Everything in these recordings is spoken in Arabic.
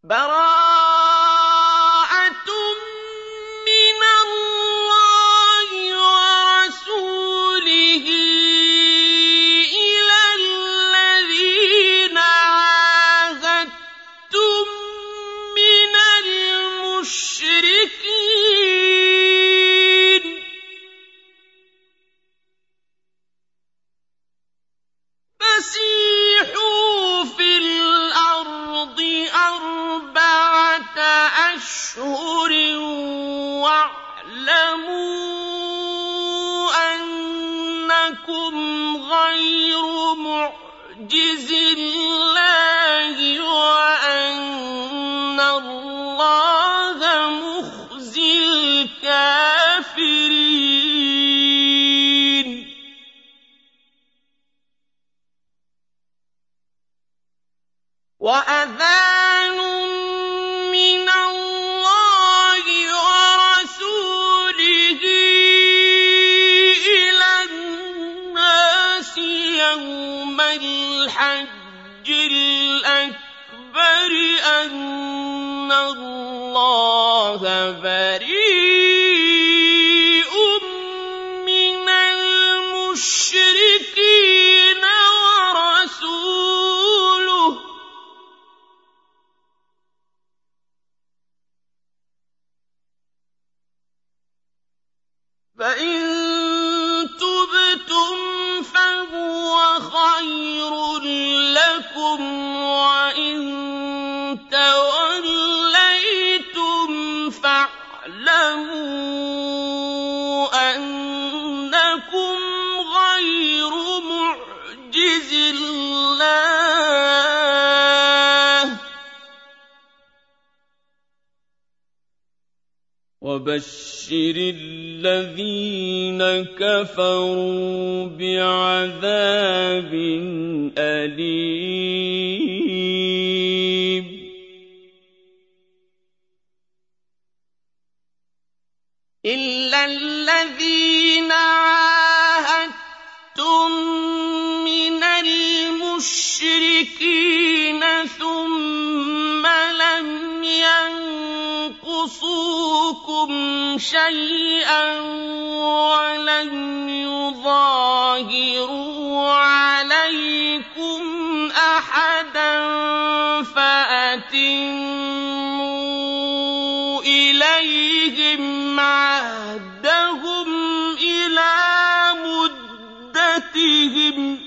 بَرَاءَةٌ مِّنَ اللَّهِ وَرَسُولِهِ إِلَى الَّذِينَ عَاهَدتُّم مِّنَ الْمُشْرِكِينَ فَسِيحُوا فِي الْأَرْضِ أَرْبَعَةَ أَشْهُرٍ وَاعْلَمُوا أَنَّكُمْ غَيْرُ مُعْجِزِي اللَّهِ وَأَنَّ اللَّهَ مُخْزِي الْكَافِرِينَ وَأَذَانٌ مِّنَ اللَّهِ وَرَسُولِهِ إِلَى النَّاسِ يَوْمَ الْحَجِّ الْأَكْبَرِ أَنَّ اللَّهَ بَرِيءٌ مِّنَ الْمُشْرِكِينَ وَرَسُولُهُ ۚ فَإِن تُبْتُمْ فَهُوَ خَيْرٌ لَّكُمْ ۖ وَإِن تَوَلَّيْتُمْ فَاعْلَمُوا أَنَّكُمْ غَيْرُ مُعْجِزِي اللَّهِ ۗ وَبَشِّرِ الَّذِينَ كَفَرُوا بِعَذَابٍ أَلِيمٍ إِلَّا الَّذِينَ عَاهَدتُّم مِّنَ الْمُشْرِكِينَ ثُمَّ لَمْ يَنقُصُوكُمْ شَيْئًا وَلَمْ يُظَاهِرُوا عَلَيْكُمْ أَحَدًا فَأَتِمُّوا إِلَيْهِمْ عَهْدَهُمْ إِلَىٰ مُدَّتِهِمْ ۚ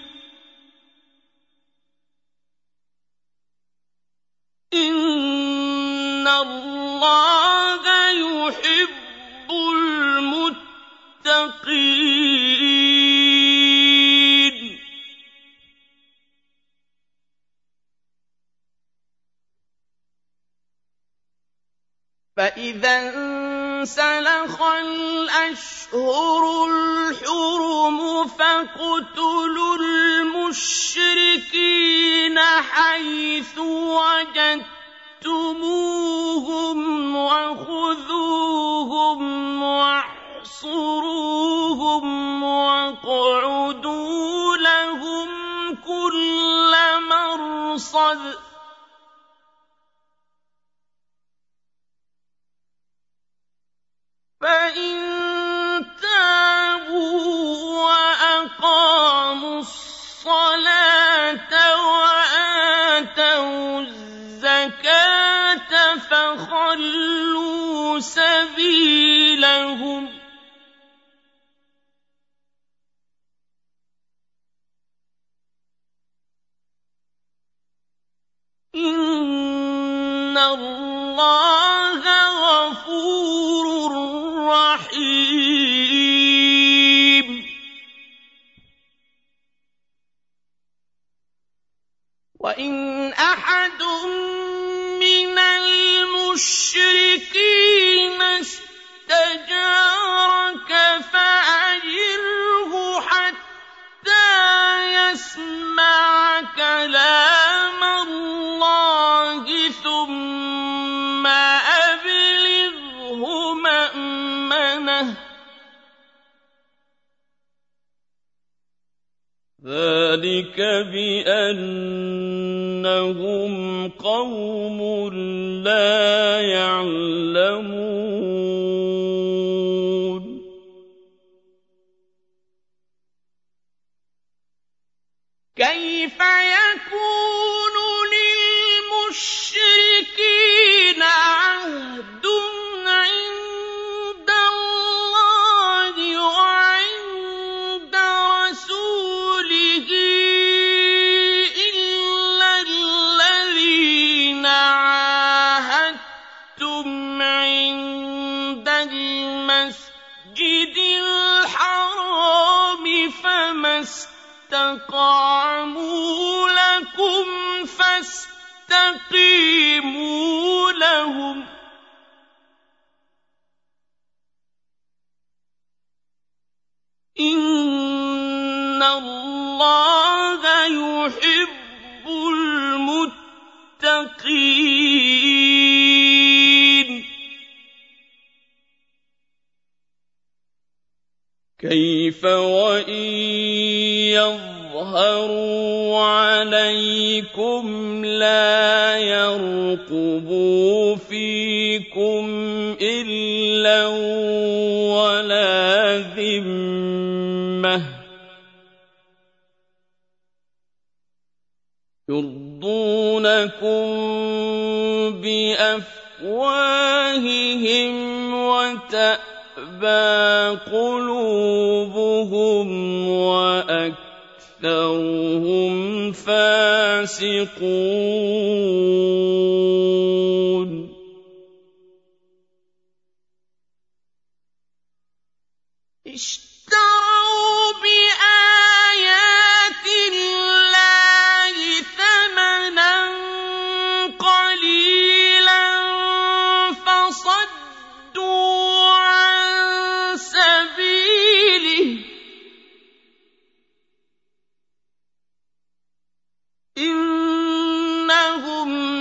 إِنَّ اللَّهَ يُحِبُّ الْمُتَّقِينَ فَإِذَا انسَلَخَ الْأَشْهُرُ الْحُرُمُ فَاقْتُلُوا الْمُشْرِكِينَ حَيْثُ وَجَدتُّمُوهُمْ وَخُذُوهُمْ وَاحْصُرُوهُمْ وَاقْعُدُوا لَهُمْ كُلَّ مَرْصَدٍ ۚ فَإِن تَابُوا وَأَقَامُوا الصَّلَاةَ وَآتَوُا الزَّكَاةَ فَخَلُّوا سَبِيلَهُمْ ۚ إِنَّ اللَّهَ غَفُورٌ رَّحِيمٌ وَإِنْ أَحَدٌ مِّنَ الْمُشْرِكِينَ اسْتَجَارَكَ فَأَجِرْهُ حَتَّىٰ يَسْمَعَ كَلَامَ اللَّهِ ثُمَّ أَبْلِغْهُ مَأْمَنَهُ ۚ ذَٰلِكَ بِأَنَّهُمْ قَوْمٌ لَا يَعْلَمُونَ كيف يكون للمشركين عهد عند الله وعند رسوله إلا الذين عاهدتم عند المسجد الحرام فما اسْتَقَامُوا لَكُمْ فَاسْتَقِيمُوا لَهُمْ ۚ إِنَّ اللَّهَ يُحِبُّ الْمُتَّقِينَ كيف وإن يظهروا عليكم لا يرقبوا فيكم إلا ولا ذمة يرضونكم بأفواههم وتأبى قلوبهم وأكثرهم فاسقون اشتروا بآيات الله ثمنا قليلا فصدوا عن سبيله إنهم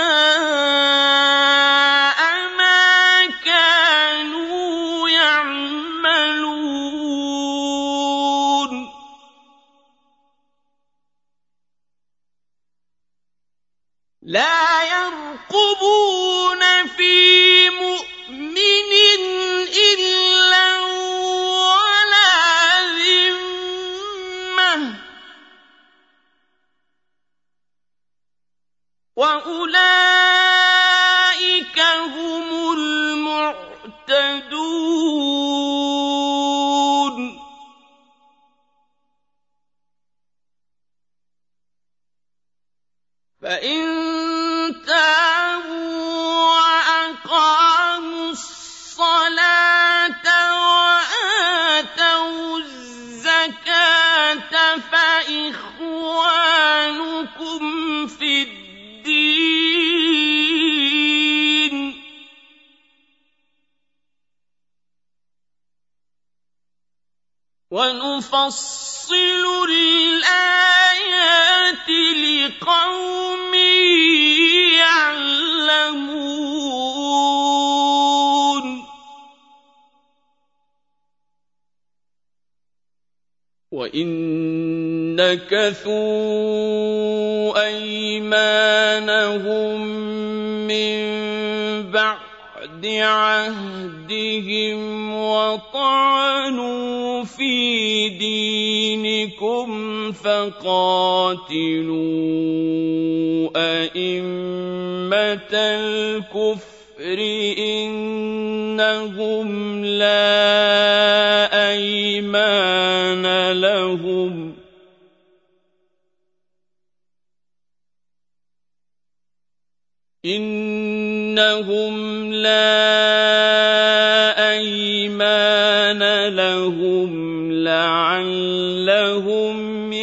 ساء ما كانوا يعملون لا يرقبون في مؤمن إلا ولا ذمة وأولئك هم المعتدون فإن تابوا وأقاموا الصلاة وآتوا الزكاة فإخوانكم في الدين ونفصل الآيات لقوم يعلمون وإن نكثوا أيمانهم من بعد عهدهم وطعنوا في دينكم فقاتلوا أئمة الكفر إنهم لا أيمان لهم لعلهم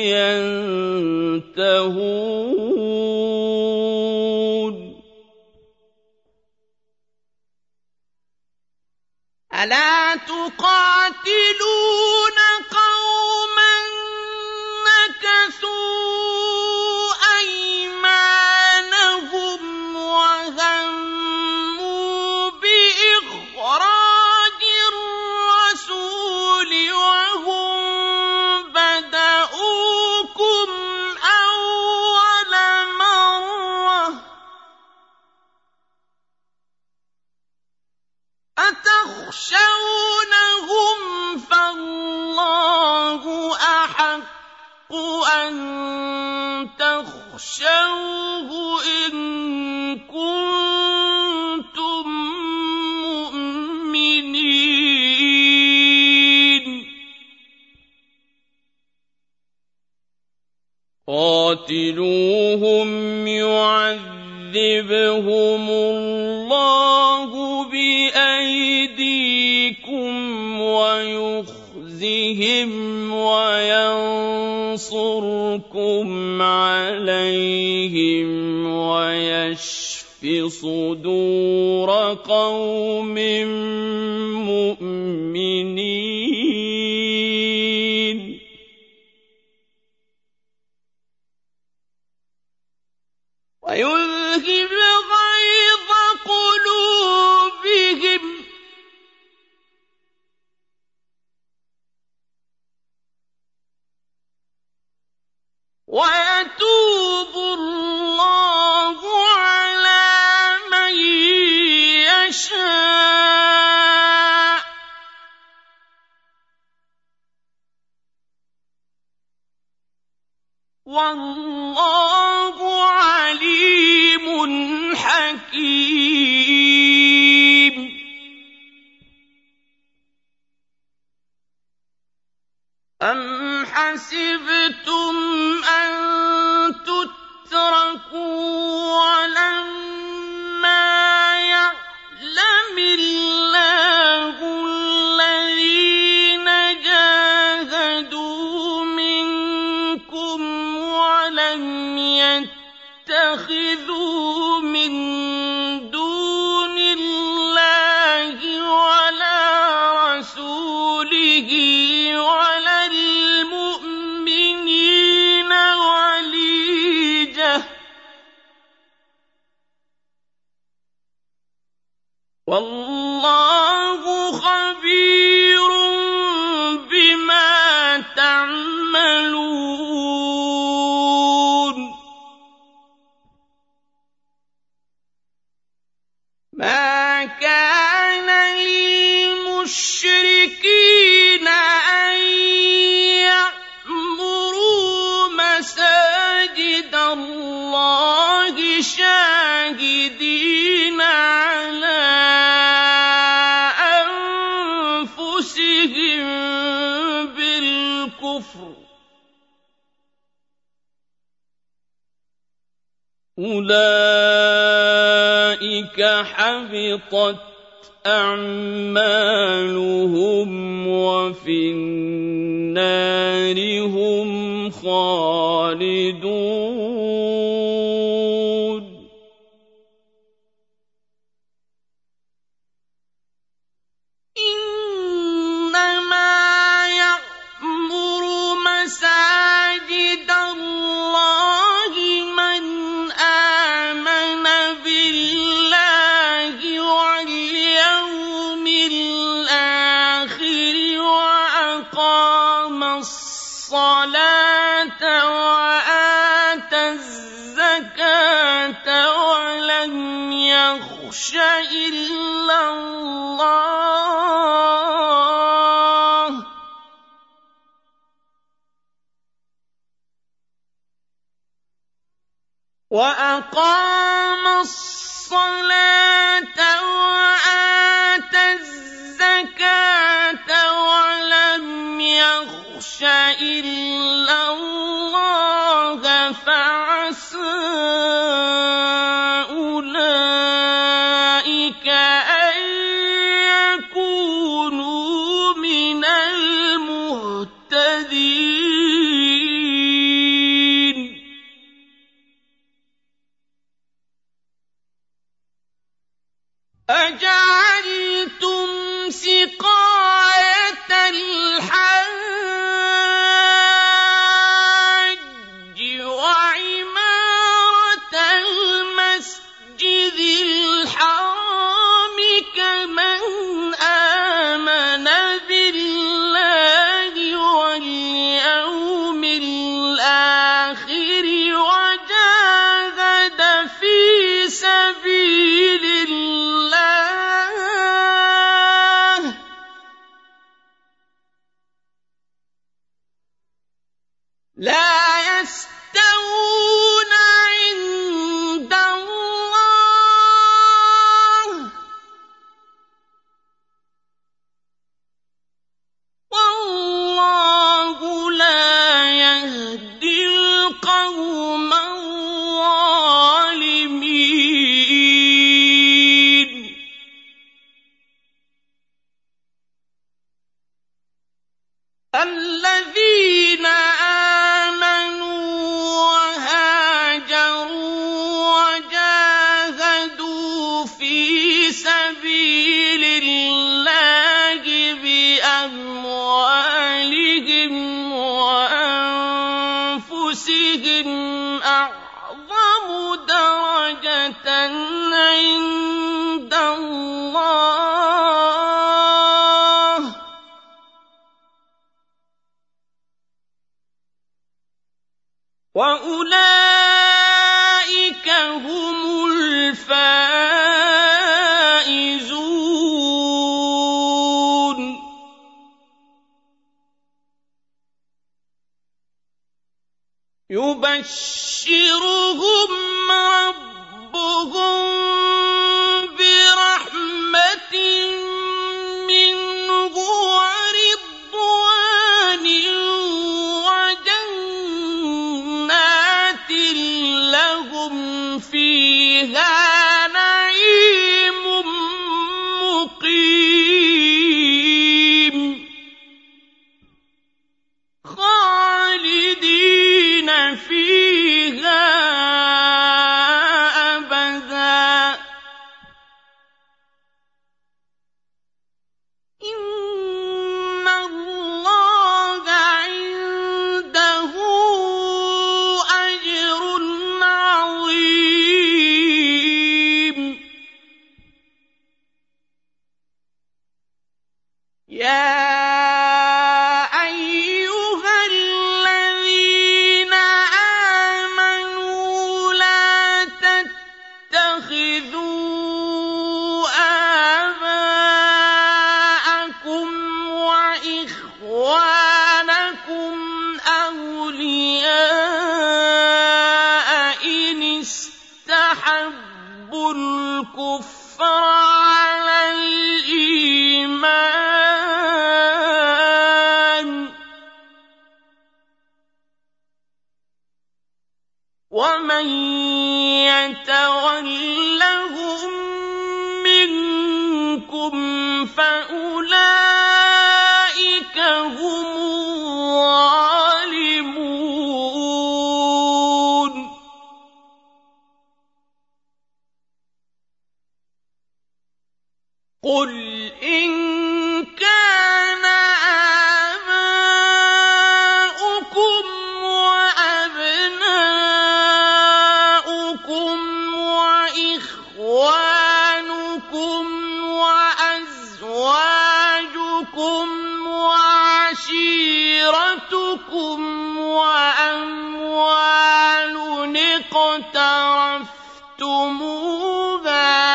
ينتهون ألا تقاتلون قوما نكثوا أيمانهم وهموا بإخراج الرسول وهم بدؤوكم أول مرة تخشونهم فالله أحق أن تخشوه إن كنتم مؤمنين قاتلوهم يعذبهم الله بأيديكم ويخزهم وينصركم عليهم ويشف صدور قوم مؤمنين ويذهب غيظ قلوبهم ويتوب الله على من يشاء والله عليم حكيم أم حسبتم أن تتركوا ولما يعلم الله الذين جاهدوا منكم ولم يتخذوا من دون الله ولا رسوله ولا المؤمنين وليجة والله خبير بما تعملون ما كان للمشركين أن يعمروا مساجد الله شاهدين على أنفسهم بالكفر أولئك حبطت أعمالهم وفي النار هم خالدون إنما يعمر مساجد الله من آمن بالله واليوم الآخر وأقام الصلاة وآتى الزكاة ولم يخش إلا الله وأقام الصلاة وآتى الزكاة ولم يخش إلا الله فعسى أولئك أن يكونوا من المهتدين أجعلتم سقاية الحاج وعمارة المسجد الحرام كمن آمن بالله واليوم الآخر وجاهد في سبيل الله يبشرهم ربهم برحمة منه ورضوان وجنات لهم فيها نعيم مقيم خالدين فيها أبدا إن الله عنده أجر عظيم يا الكفر على الإيمان ومن يتولهم منكم فأولئك هم الظالمون قل إن كان آباؤكم وأبناؤكم وإخوانكم وأزواجكم وعشيرتكم وأموال اقترفتموها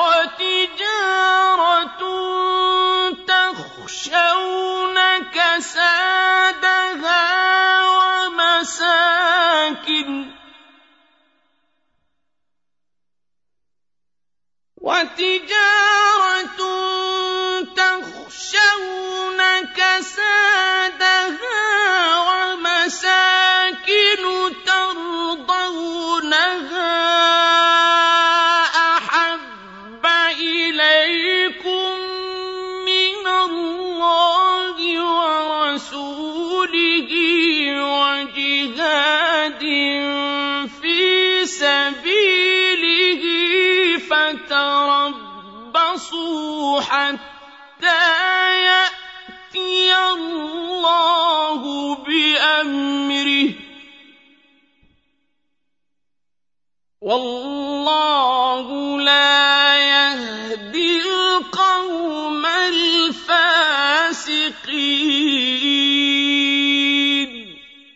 تخشون كسادها وتجارة تخشون كسادها ومساكن ترضونها أحب إليكم من الله ورسوله وجهاد في سبيله فتربصوا حتى يأتي الله بأمره والله لا يهدي القوم الفاسقين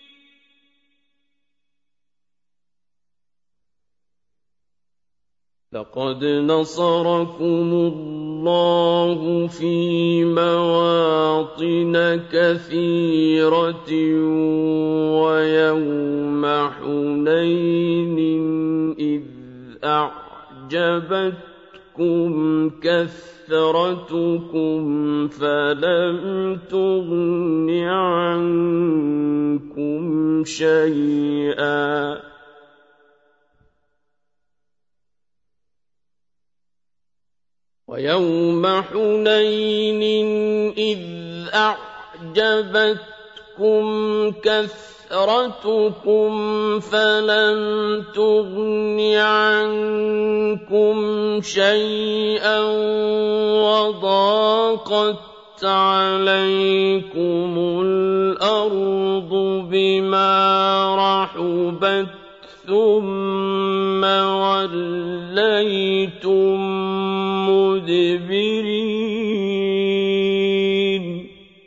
لقد نصركم الله في مواطن كثيرة ويوم حنين إذ أعجبتكم كثرتكم فلم تغن عنكم شيئا ويوم حنين إذ أعجبتكم كثرتكم فلم تغن عنكم شيئا وضاقت عليكم الأرض بما رحبت ثم وليتم مدبرين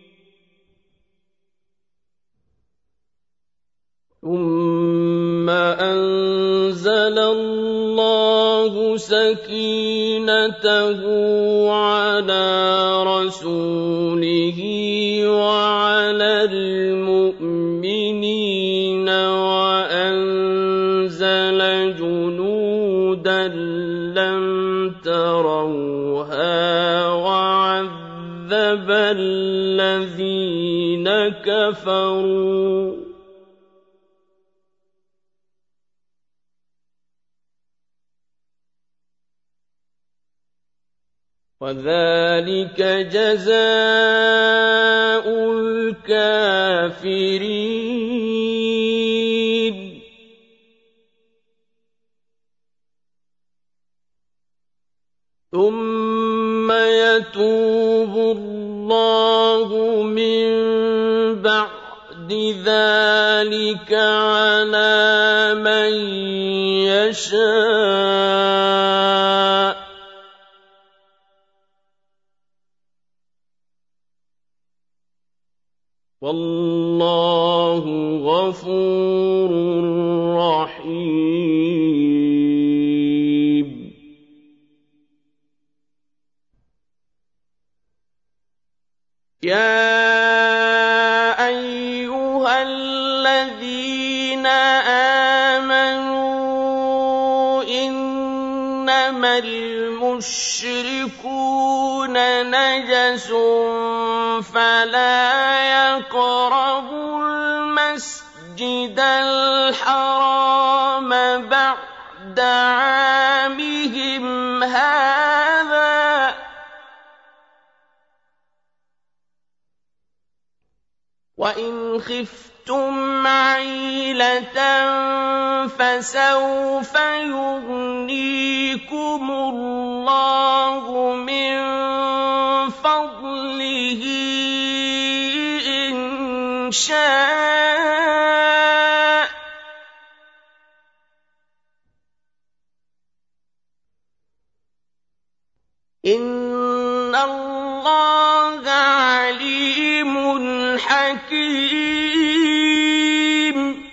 ثم أنزل الله سكينته على رسوله وعلى المؤمنين وأنزل تَرَوْهَا وَعَذَّبَ الَّذِينَ كَفَرُوا ۚ وَذَٰلِكَ جَزَاءُ الْكَافِرِينَ. ثُمَّ يَتُوبُ اللَّهُ مِن بَعْدِ ذَٰلِكَ عَلَىٰ مَن يَشَاءُ ۗ وَاللَّهُ غَفُورٌ رَّحِيمٌ. يَا أَيُّهَا الَّذِينَ آمَنُوا إِنَّمَا الْمُشْرِكُونَ نَجَسٌ فَلَا يَقْرَبُوا الْمَسْجِدَ الْحَرَامَ بَعْدَ عَامِهِمْ هَٰذَا ۚ وَإِنْ خِفْتُمْ عَيْلَةً فَسَوْفَ يُغْنِيكُمُ اللَّهُ مِن فَضْلِهِ إِن شَاءَ ۚ إِنَّ اللَّهَ عَلِيمٌ حَكِيمٌ.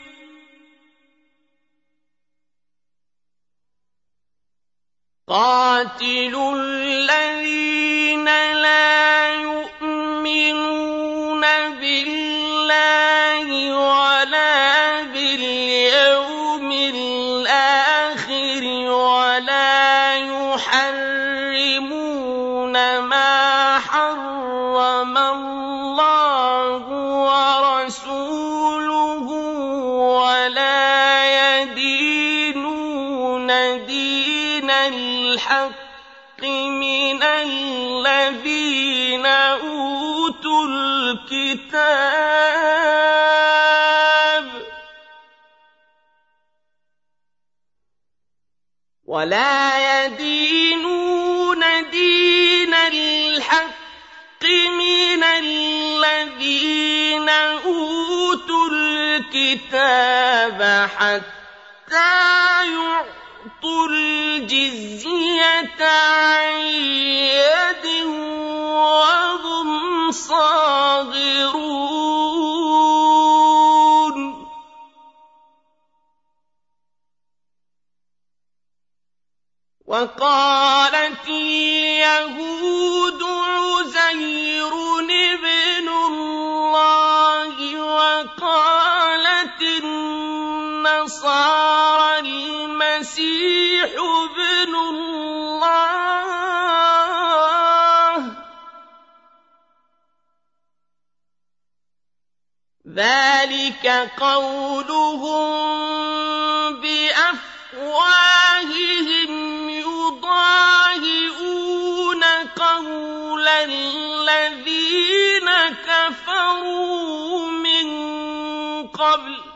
قَاتِلُوا الَّذِينَ لَا يُؤْمِنُونَ بِاللَّهِ وَلَا بِالْيَوْمِ الْآخِرِ وَلَا يُحَرِّمُونَ مَا حَرَّمَ اللَّهُ وَرَسُولُهُ وَلَا يَدِينُونَ دِينَ الْحَقِّ مِنَ الَّذِينَ أُوتُوا الْكِتَابَ حَتَّىٰ يُعْطُوا الْجِزْيَةَ عَن يَدٍ وَهُمْ صَاغِرُونَ. وَقَالَتِ الْيَهُودُ عُزَيْرٌ ابْنُ اللَّهِ وَقَالَتِ النَّصَارَى الْمَسِيحُ ابْنُ اللَّهِ ۖ ذَٰلِكَ قَوْلُهُم بِأَفْوَاهِهِمْ يُضَاهِئُونَ قَوْلَ الَّذِينَ كَفَرُوا مِن قَبْلُ ۚ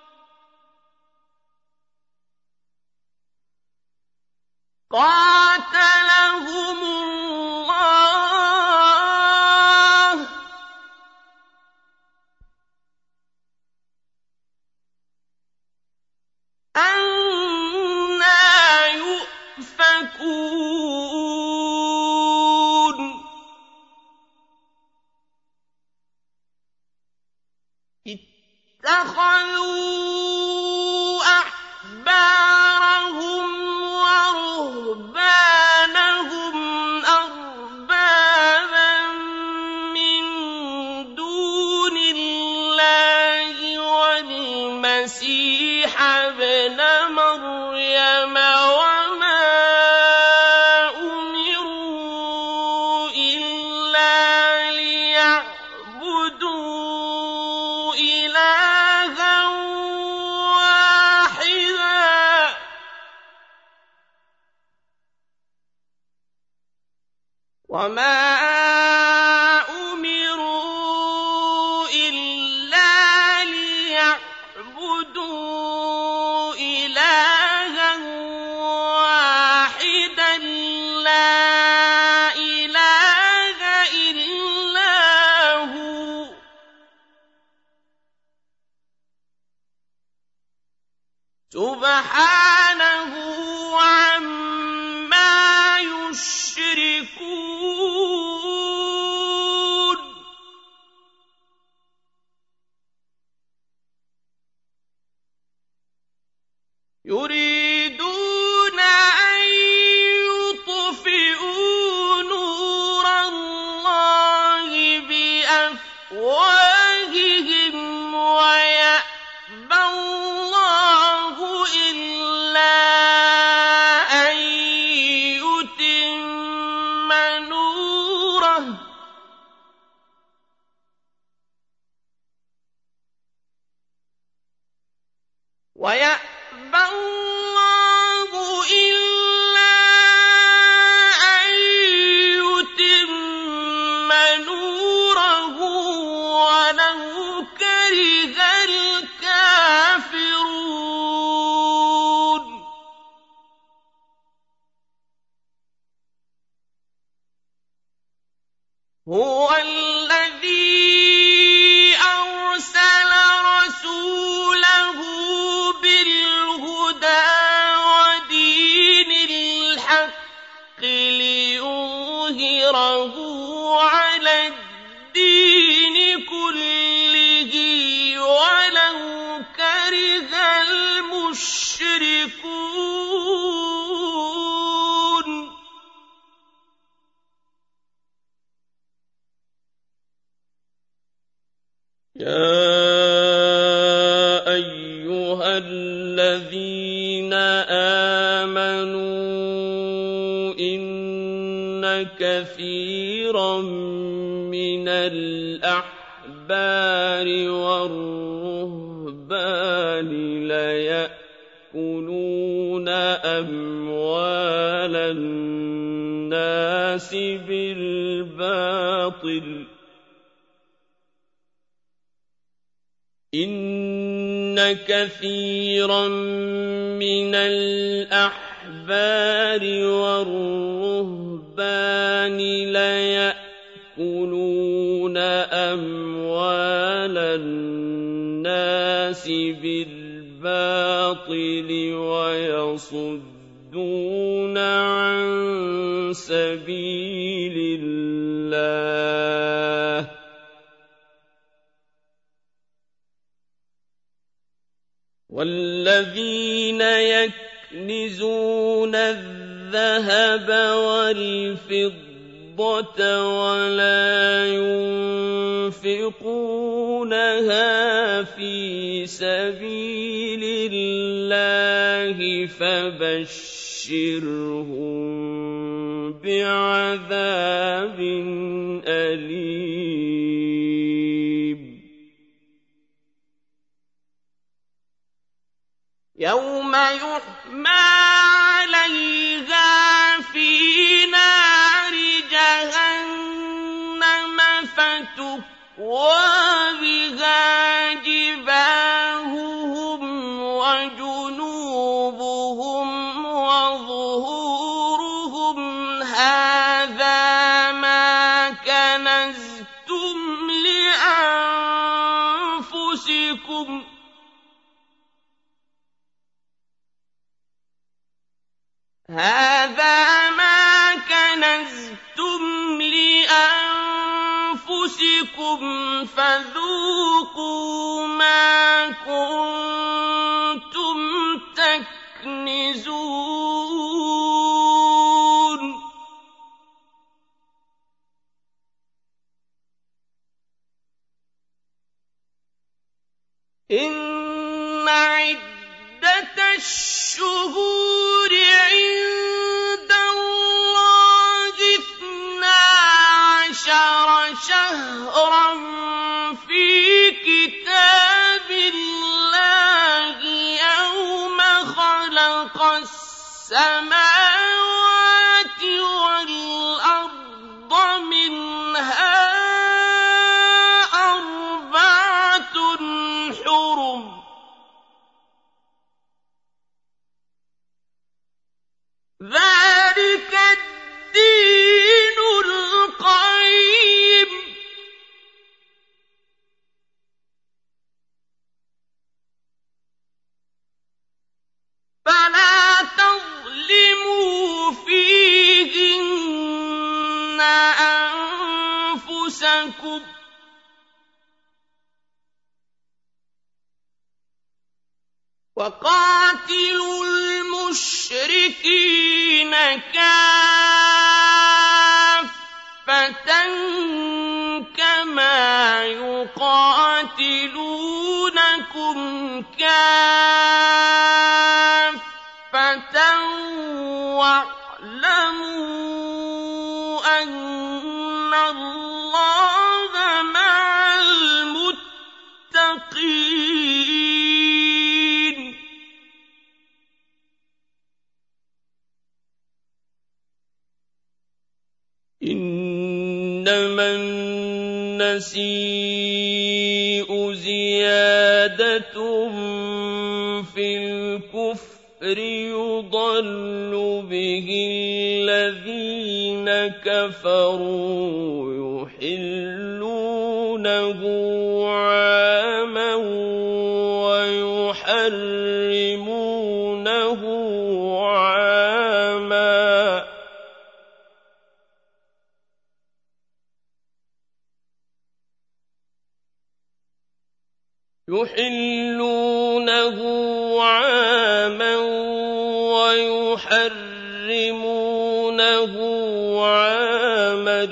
قَاتَلَهُمُ اللَّهُ ۚ أَنَّىٰ يُؤْفَكُونَ. اتَّخَذُوا أَحْبَارَهُمْ وَرُهْبَانَهُمْ أَرْبَابًا مِّن دُونِ اللَّهِ وَالْمَسِيحَ ابْنَ مَرْيَمَ وَمَا وما أمروا إلا ليعبدوا إلها واحدا لا إله إلا هو سبحانه عما يشركون يريدون أن يطفئوا نور الله بأفواههم ويأبى الله إلا أن يتم نوره ويأبى الله إلا أن يتم نوره ولو كره الكافرون هو الذي أرسل رسوله بالهدى ودين الحق ليظهره على الدين كله ولو كره المشركون يا أيها الذين آمنوا إن كثيرا من الأحبار والرهبان ليأكلون أموال الناس بالباطل إن كثيرا من الأحبار والرهبان ليأكلون أموال الناس بالباطل ويصدون عن سبيل الله والذين يكنزون الذهب والفضة ولا ينفقونها في سبيل الله فبشرهم بعذاب أليم يوم يحمى عليها في نار جهنم فتكوى بها جباههم وجنوبهم وظهورهم هذا ما كنزتم لأنفسكم هذا ما كنزتم لأنفسكم فذوقوا ما كنتم تكنزون إن عدة الشهور عند الله 12 شهرا في كتاب الله يوم خلق السماوات والأرض يُخْرِجُونَكُمْ وَقَاتِلُوا الْمُشْرِكِينَ كَافَّةً كَمَا يُقَاتِلُونَكُمْ كَافَّةً وَاعْلَمُوا أَنَّ اللَّهَ مَعَ الْمُتَّقِينَ إِنَّمَا النَّسِيءُ زِيَادَةٌ فِي الْكُفْرِ يُضَلُّ بِهِ الَّذِينَ كَفَرُوا يُحِلُّونَهُ عَامًا وَيُحَرِّمُونَهُ عَامًا وَيُحَرِّمُونَهُ عَامًا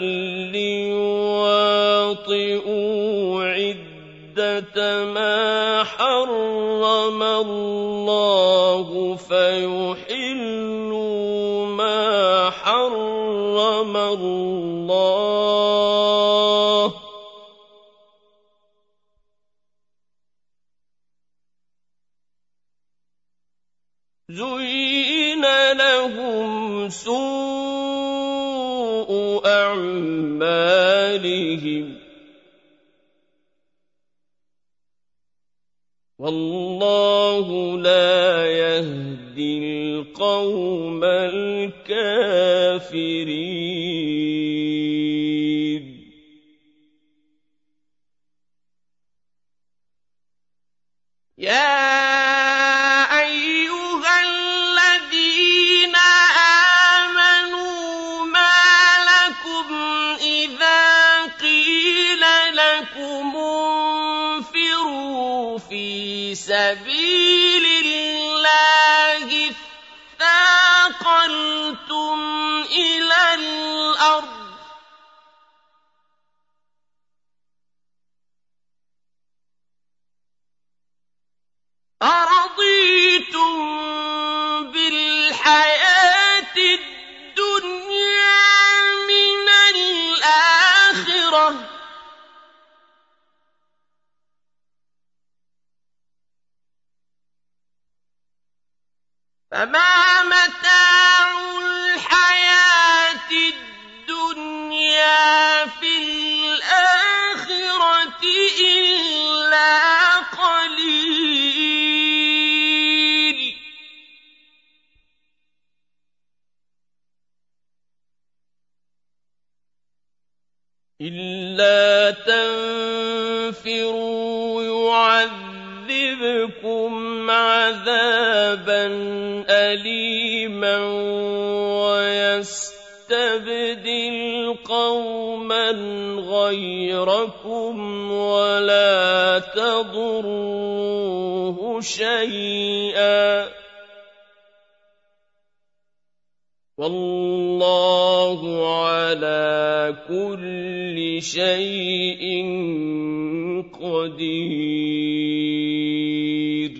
لِّيُوَاطِئُوا عِدَّةَ مَا حَرَّمَ اللَّهُ فَيُحِلُّوا مَا حَرَّمَ اللَّهُ زُيِّنَ لَهُمْ سُوءُ أَعْمَالِهِمْ وَاللَّهُ لَا يَهْدِي الْقَوْمَ الْكَافِرِينَ يَا أَيُّهَا الَّذِينَ آمَنُوا مَا لَكُمْ إِذَا قِيلَ لَكُمُ انفِرُوا فِي سَبِيلِ اللَّهِ اثَّاقَلْتُمْ إِلَى الْأَرْضِ أَرَضِيتُم بِالْحَيَاةِ الدُّنْيَا مِنَ الْآخِرَةِ ۚ فَمَا مَتَاعُ الْحَيَاةِ الدُّنْيَا فِي الْآخِرَةِ إِلَّا قَلِيلٌ إِلَّا تَنفِرُوا يُعَذِّبْكُمْ عَذَابًا أَلِيمًا وَيَسْتَبْدِلْ قَوْمًا غَيْرَكُمْ وَلَا تَضُرُّوهُ شَيْئًا ۗ وَاللَّهُ عَلَىٰ كُلِّ شَيْءٍ قَدِيرٌ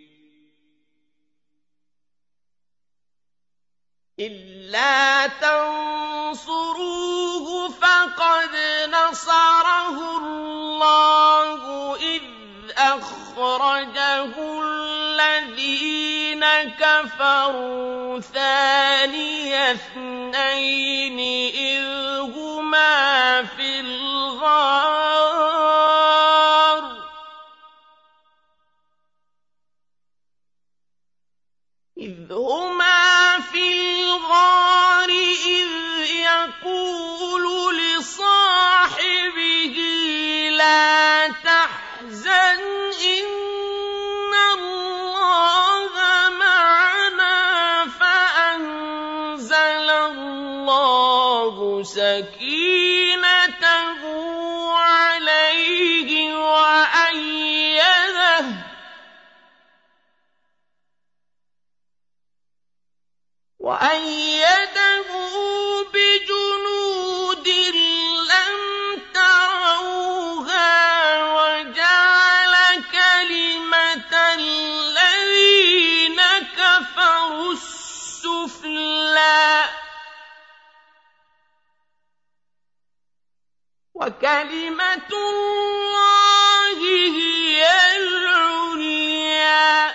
إِلَّا تَنصُرُوهُ فَقَدْ نَصَرَهُ اللَّهُ إِذْ أَخْرَجَهُ الَّذِينَ كَفَرُوا ثَانِيَ اثْنَيْنِ إِذْ هُمَا فِي الْغَارِ إِذْ يَقُولُ لِصَاحِبِهِ لَا تَحْزَنْ إِنَّ اللَّهَ مَعَنَا فَأَنزَلَ اللَّهُ اللَّهُ سَكِينَتَهُ عَلَيْهِ وَأَيَّدَهُ بِجُنُودٍ لَّمْ تَرَوْهَا وَجَعَلَ كَلِمَةَ الَّذِينَ كَفَرُوا السُّفْلَىٰ ۗ وَكَلِمَةُ اللَّهِ هِيَ الْعُلْيَا ۗ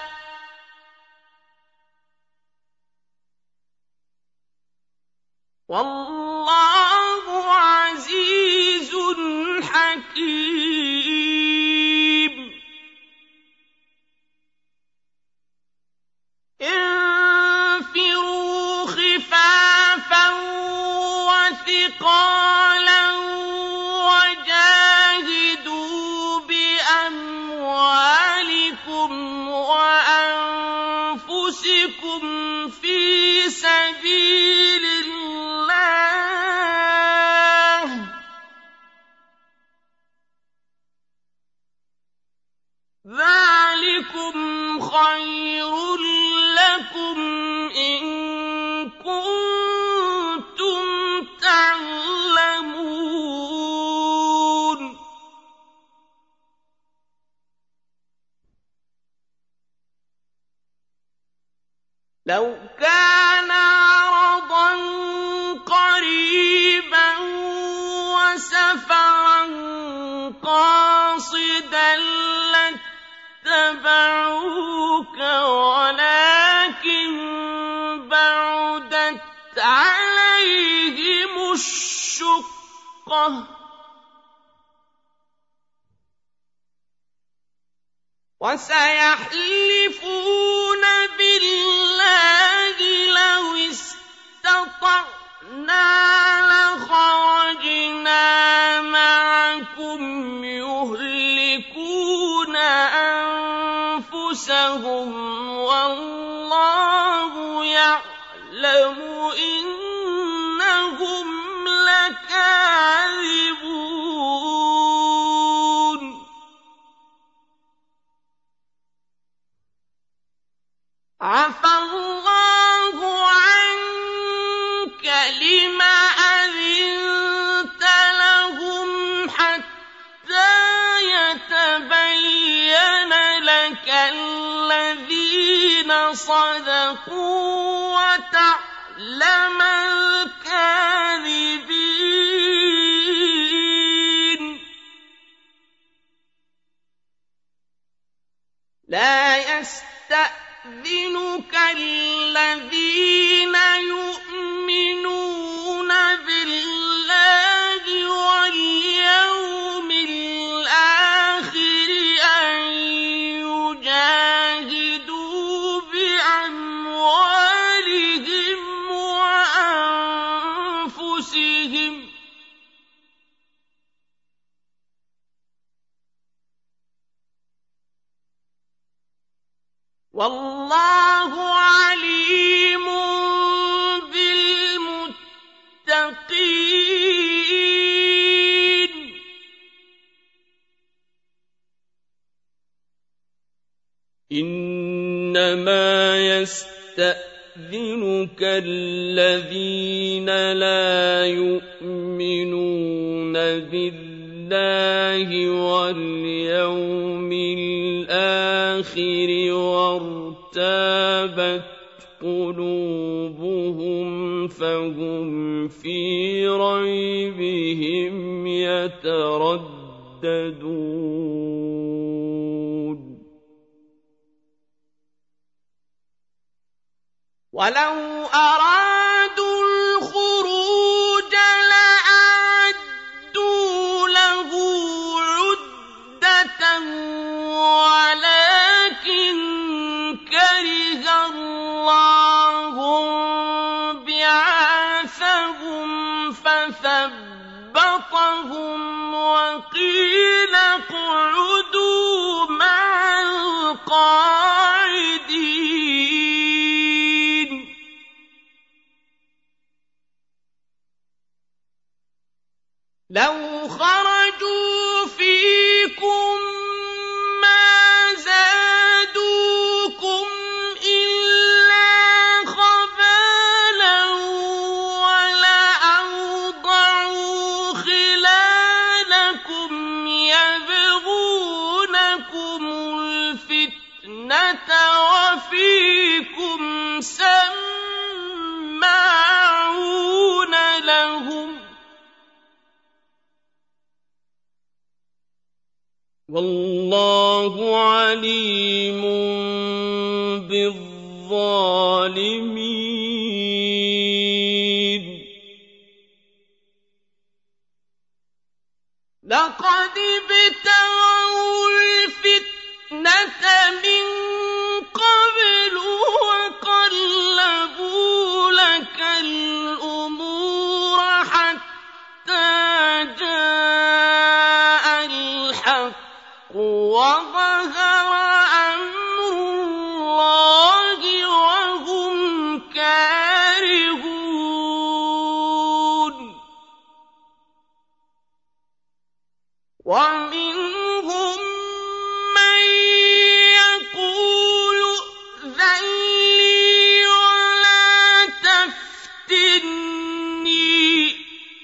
وَاللَّهُ عَزِيزٌ حَكِيمٌ. انفِرُوا خِفَافًا وَثِقَالًا وَجَاهِدُوا بِأَمْوَالِكُمْ وَأَنفُسِكُمْ فِي سَبِيلِ اللَّهِ ۚ ذَٰلِكُمْ خَيْرٌ لَّكُمْ إِن كُنتُمْ تَعْلَمُونَ. لَوْ كَانَ عَرَضًا قَرِيبًا وَسَفَرًا قَاصِدًا لَّاتَّبَعُوكَ وَلَٰكِن بَعُدَتْ عَلَيْهِمُ الشُّقَّةُ ۚ وَسَيَحْلِفُونَ بِاللَّهِ لَوِ اسْتَطَعْنَا لَخَرَجْنَا مَعَكُمْ يُهْلِكُونَ أَنفُسَهُمْ وَاللَّهُ يَعْلَمُ إِنَّهُمْ لَكَاذِبُونَ. عَفَا اللَّهُ عَنكَ لِمَ أَذِنتَ لَهُمْ حَتَّىٰ يَتَبَيَّنَ لَكَ الَّذِينَ صَدَقُوا وَتَعْلَمَ الْكَاذِبِينَ. لَا يَسْتَأْذِنُكَ الَّذِينَ يُؤْمِنُونَ بِاللَّهِ وَالْيَوْمِ الْآخِرِ أَن يُجَاهِدُوا بِأَمْوَالِهِمْ وَأَنفُسِهِمْ ۗ وَاللَّهُ عَلِيمٌ بِالْمُتَّقِينَ. إِنَّمَا يَسْتَأْذِنُكَ الَّذِينَ لَا يُؤْمِنُونَ بِاللَّهِ وَالْيَوْمِ الْآخِرِ وَارْتَابَتْ قُلُوبُهُمْ فَهُمْ فِي رَيْبِهِمْ يَتَرَدَّدُونَ. وَلَوْ أَرَادُوا الْخُرُوجَ لَأَعَدُّوا لَهُ عُدَّةً وَلَٰكِن كَرِهَ اللَّهُ بِعَاثَهُمْ فَثَبَّطَهُمْ وَقِيلَ اقْعُدُوا مَعَ الْقَاعِدِينَ. لَوْ خَرَجُوا فِيكُم مَّا زَادُوكُمْ إِلَّا خَبَالًا وَلَأَوْضَعُوا خِلَالَكُمْ يَبْغُونَكُمُ الْفِتْنَةَ وَفِيكُمْ سَمَّاعُونَ لَهُمْ ۗ وَاللَّهُ عَلِيمٌ بِالظَّالِمِينَ. لَقَدِ ابْتَغَوُا الْفِتْنَةَ مِن قَبْلُ وَقَلَّبُوا لَكَ الْأُمُورَ حَتَّىٰ جَاءَ الْحَقُّ وَظَهَرَ أَمْرُ اللَّهِ وَهُمْ كَارِهُونَ. وَمِنْهُم مَّن يَقُولُ ائْذَن لِّي وَلَا تَفْتِنِّي ۚ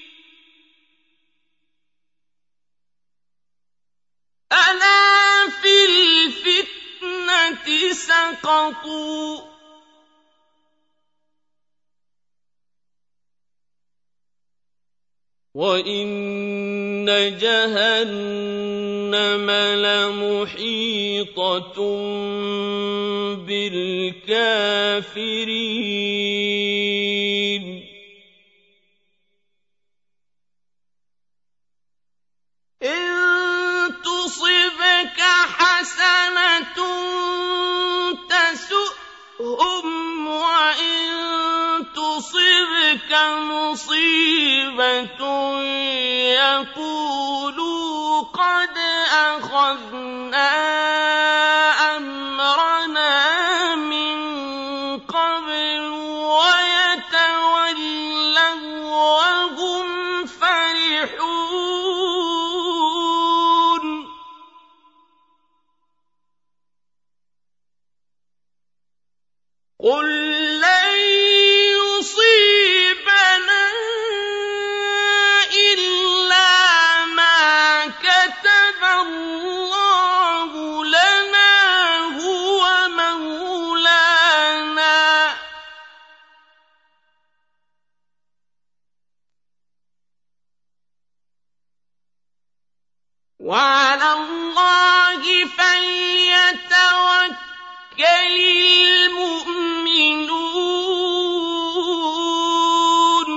أَلَا فِي الْفِتْنَةِ سَقَطُوا ۗ وَإِنَّ جَهَنَّمَ لَمُحِيطَةٌ بِالْكَافِرِينَ. إِن تُصِبْكَ حَسَنَةٌ تَسُؤْهُمْ وَإِن تُصِبْكَ مُصِيبَةٌ يَقُولُوا قَدْ أَخَذْنَا أَمْرَنَا مِن قَبْلُ وَيَتَوَلَّوا وَّهُمْ فَرِحُونَ. قُل لَّن يُصِيبَنَا إِلَّا مَا كَتَبَ اللَّهُ لَنَا هُوَ مَوْلَانَا ۚ وَعَلَى اللَّهِ فَلْيَتَوَكَّلِ الْمُؤْمِنُونَ.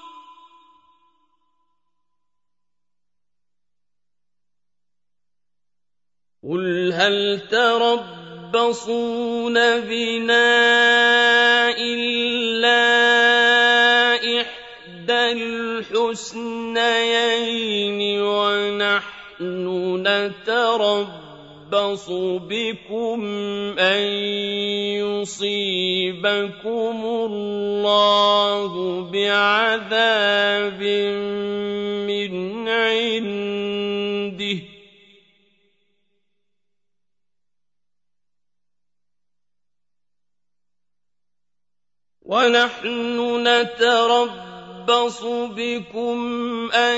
قُلْ هَلْ تَرَبَّصُونَ بِنَا إِلَّا إِحْدَى الْحُسْنَيَيْنِ وَنَحْنُ نَتَرَبَّصُ بِكُمْ أَن يُصِيبَكُمُ اللَّهُ بِعَذَابٍ مِّنْ عِندِهِ ۖ وَنَحْنُ نَتَرَبَّصُ بِكُمْ أَن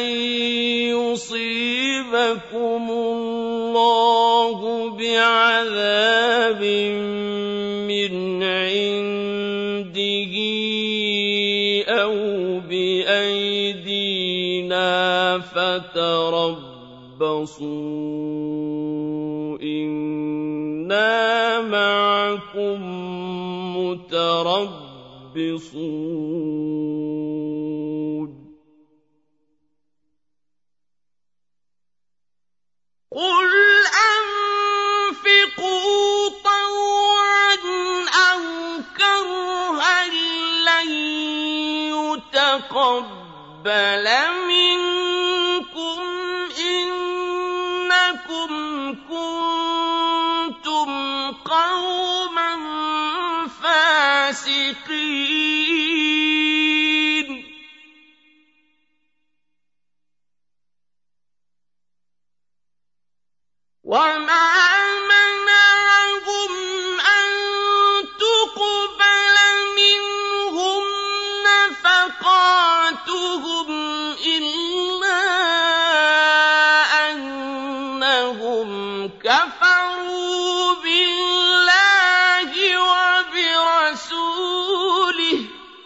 يُصِيبَكُمُ اللَّهُ بِعَذَابٍ مِّنْ عِندِهِ أَوْ بِأَيْدِينَا فَتَرَبَّصُوا إِنَّا مَعَكُم مُّتَرَبِّصُونَ. قُلْ أَنفِقُوا طَوْعًا أَوْ كَرْهًا لَّن يُتَقَبَّلَ مِنكُمْ إِنَّكُمْ كُنتُمْ قَوْمًا فَاسِقِينَ. وما منعهم أن تقبل منهم نفقاتهم إلا أنهم كفروا بالله وبرسوله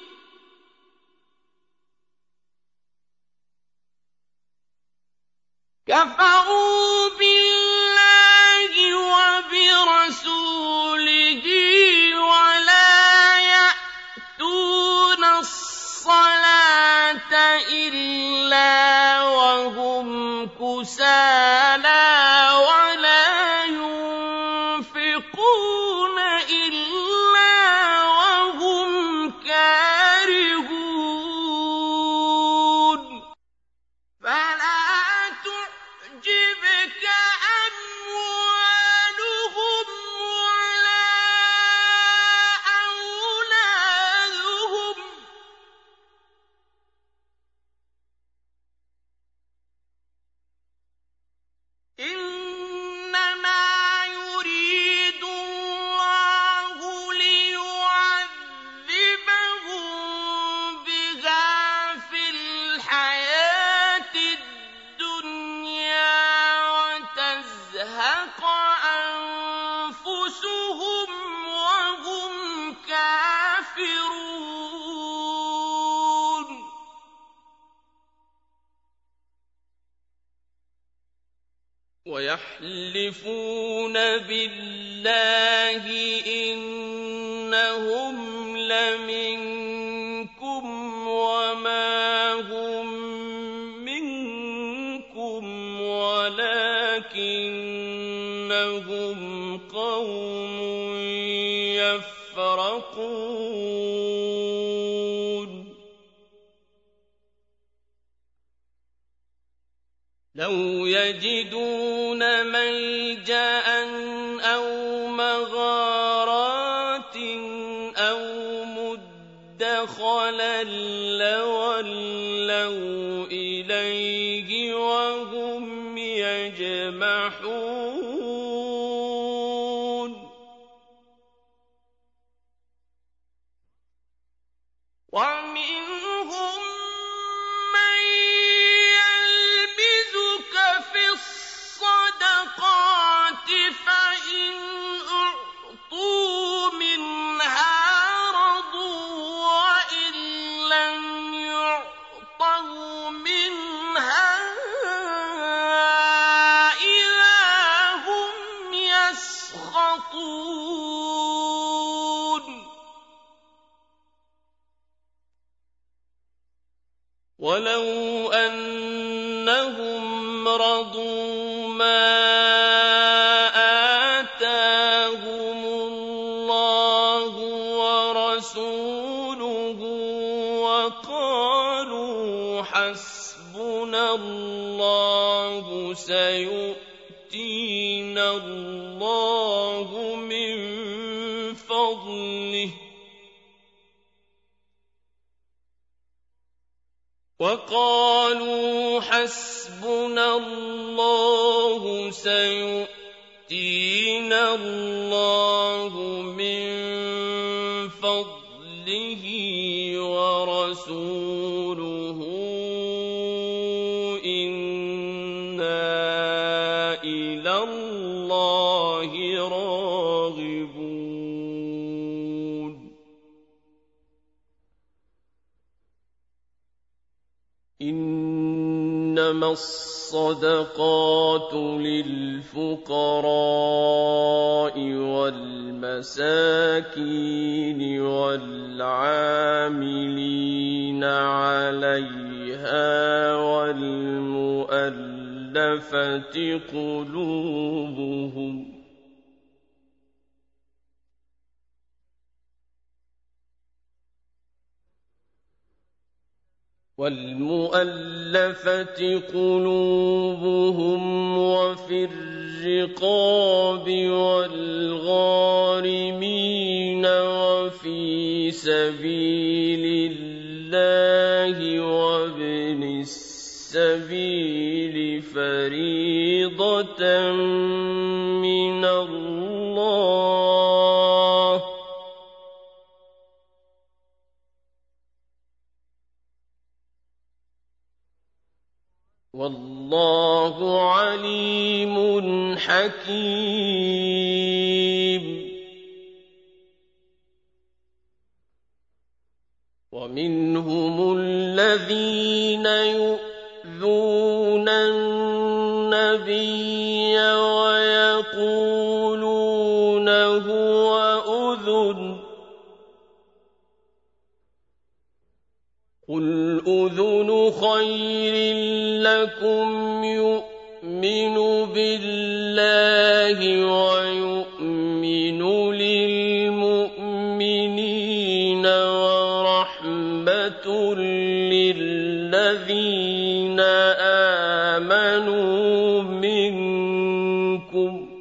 ولا يأتون الصلاة إلا وهم كسالى ولا ينفقون إلا وهم كارهون فلا تعجبك أموالهم ولا أولادهم إنما يريد الله ليعذبهم بها في الحياة الدنيا وتزهق أنفسهم وهم كافرون ويحلفون بالله إنهم لمنكم وما هم منكم ولكنهم قوم يفرقون لو يجدون ملجأ أو مغارات أو مدخلا لولوا إليه وهم يجمحون ومنهم من يلمزك في الصدقات فإن أعطوا منها رضوا وإن لم يعطوا منها إذا هم يسخطون ولو أنهم رضوا ما آتاهم الله ورسوله وقالوا حسبنا الله سيؤتينا الله من فضله وقالوا حسبنا الله سيؤتينا الله من فضله ورسوله إنا إلى الله راغبون إنما الصدقات للفقراء والمساكين والعاملين عليها والمؤلفة قلوبهم وفي الرقاب والغارمين وفي سبيل الله وابن السبيل السبيل فريضة من الله والله عليم حكيم ومنهم الذين يؤذون النبي ويقولون هو أذن قل أذن خير لكم يؤمن بالله ويؤمن للمؤمنين ورحمة للذين آمنوا منكم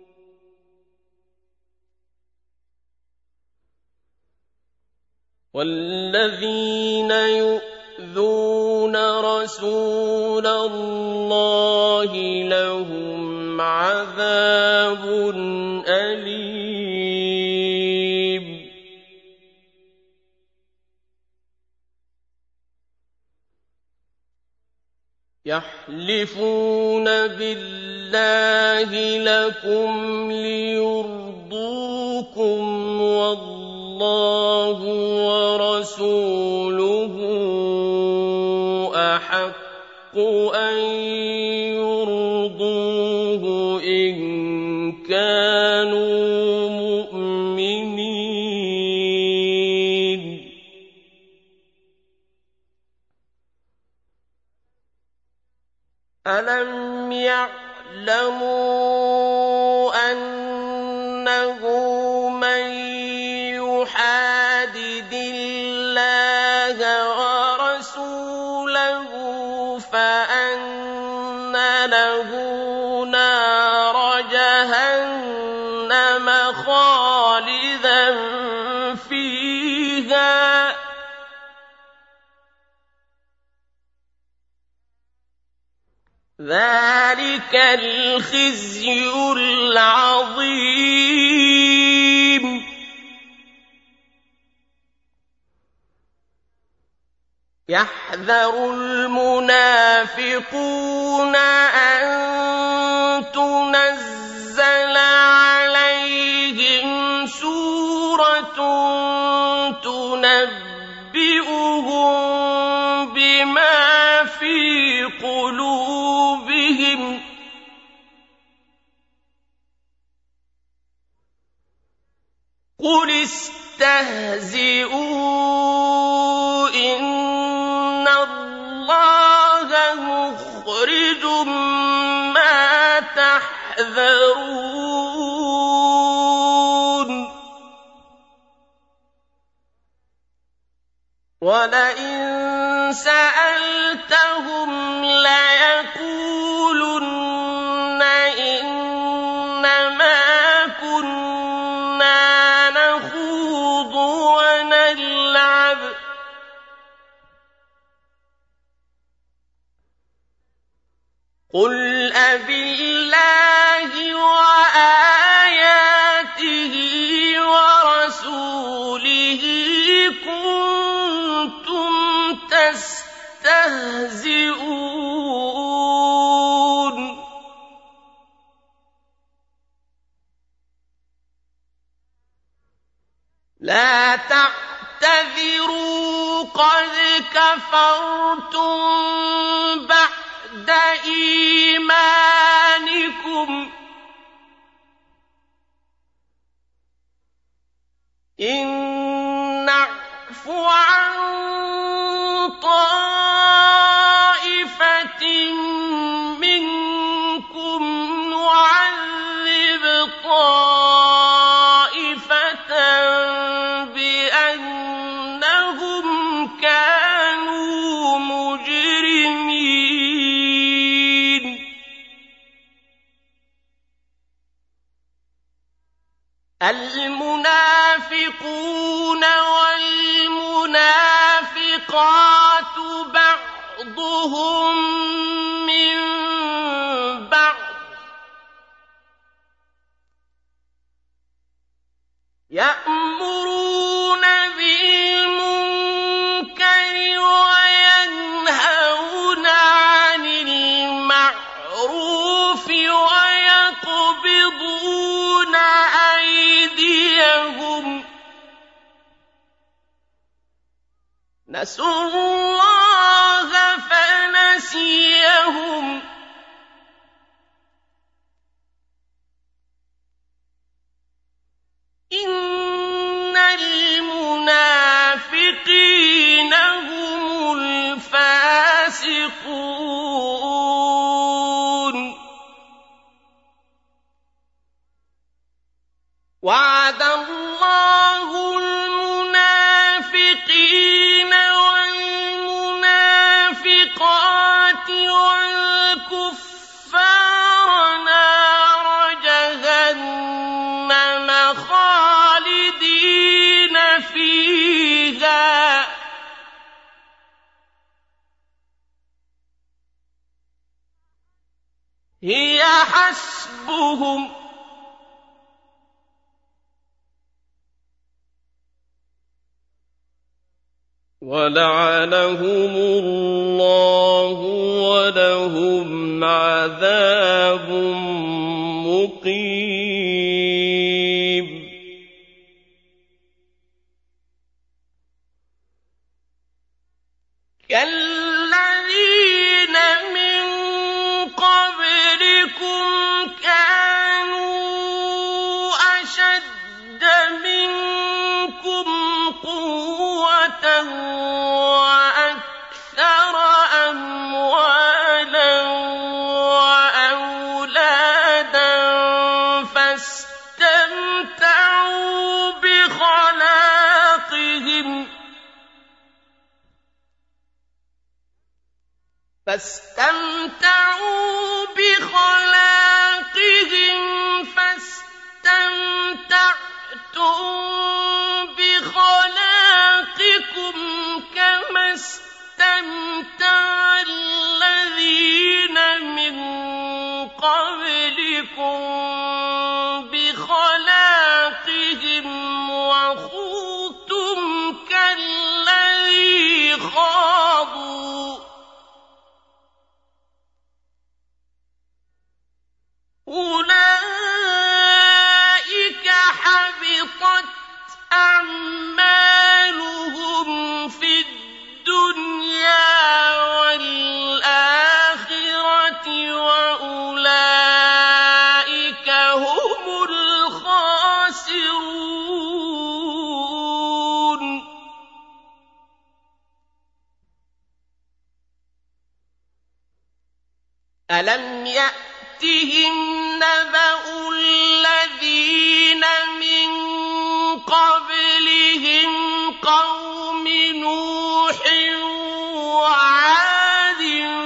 والذين يؤذون رسول الله لهم عذاب أليم يحلفون بالله لكم ليرضوكم والله ورسوله أحق أن يرضوه إن كانوا مؤمنين ألم يعلموا أنه من يحادد الله ورسوله فأن له نار جهنم خالدا فيها ذلك الخزي العظيم يحذر المنافقون أن تنزل عليهم سورة تنبئهم بما في قلوبهم قل استهزئوا إن الله مخرج ما تحذرون ولئن سألتهم ليقولن إنما كنا نخوض ونلعب قل أبالله وآياته ورسوله كنتم تستهزئون لا تعتذروا قد كفرتم بعد إيمانكم إن نعف عن طائفة منكم نعذب طائفة بأنهم كانوا مجرمين المنافقون والمنافقات بعضهم بَعْضُهُم مِّن بَعْضٍ يَأْمُرُونَ بِالْمُنكَرِ وَيَنْهَوْنَ عَنِ الْمَعْرُوفِ وَيَقْبِضُونَ أَيْدِيَهُمْ ۚ نَسُوا اللَّهَ فَنَسِيَهُمْ ۗ إِنَّ الْمُنَافِقِينَ هُمُ الْفَاسِقُونَ. وَعَدَ اللَّهُ الْمُنَافِقِينَ وَالْمُنَافِقَاتِ وَالْكُفَّارَ نَارَ جَهَنَّمَ خَالِدِينَ فِيهَا ۚ هِيَ حَسْبُهُمْ ۚ وَلَعَنَهُمُ اللَّهُ وَلَهُمْ عَذَابٌ مُّقِيمٌ. كَالَّذِينَ مِن قَبْلِكُمْ كَانُوا أَشَدَّ مِنكُمْ قُوَّةً وَأَكْثَرَ أَمْوَالًا وَأَوْلَادًا فَاسْتَمْتَعُوا بِخَلَاقِهِمْ فَاسْتَمْتَعْتُم بِخَلَاقِكُمْ كَمَا اسْتَمْتَعَ الَّذِينَ مِن قَبْلِكُم بِخَلَاقِهِمْ وَخُضْتُمْ كَالَّذِي خَاضُوا ۚ أُولَٰئِكَ حَبِطَتْ أَعْمَالُهُمْ فِي الدُّنْيَا وَالْآخِرَةِ وَأُولَٰئِكَ هُمُ الْخَاسِرُونَ. أَلَمْ يَأْتِهِمْ نَبَأُ الَّذِينَ مِن قَبْلِهِمْ قَوْمِ نُوحٍ وَعَادٍ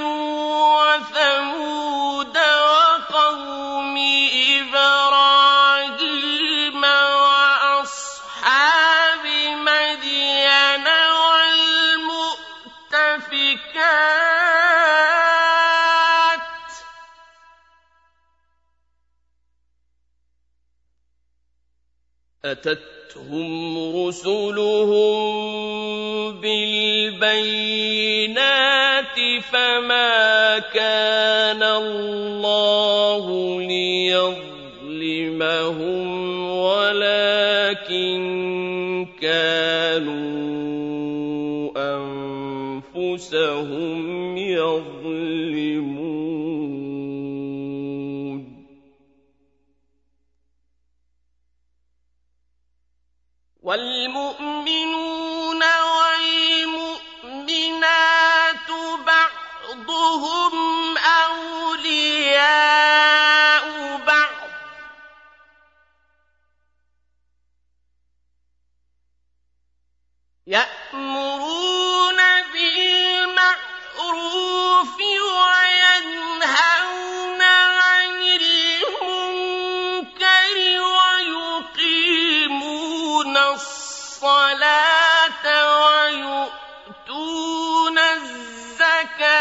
وَثَمُودَ وَقَوْمِ إِبْرَاهِيمَ وَأَصْحَابِ مَدْيَنَ وَالْمُؤْتَفِكَاتِ ۚ أَتَتْهُمْ رُسُلُهُم بِالْبَيِّنَاتِ فَمَا كَانَ اللَّهُ لِيَظْلِمَهُمْ وَلَٰكِن كَانُوا أَنفُسَهُمْ يَظْلِمُونَ. وَالْمُؤْمِنُونَ وَالْمُؤْمِنَاتُ بَعْضُهُمْ أَوْلِيَاءُ بَعْضٍ ۚ يَأْمُرُونَ بِالْمَعْرُوفِ وَيَنْهَوْنَ عَنِ الْمُنكَرِ وَيُقِيمُونَ الصَّلَاةَ وَيُؤْتُونَ الزَّكَاةَ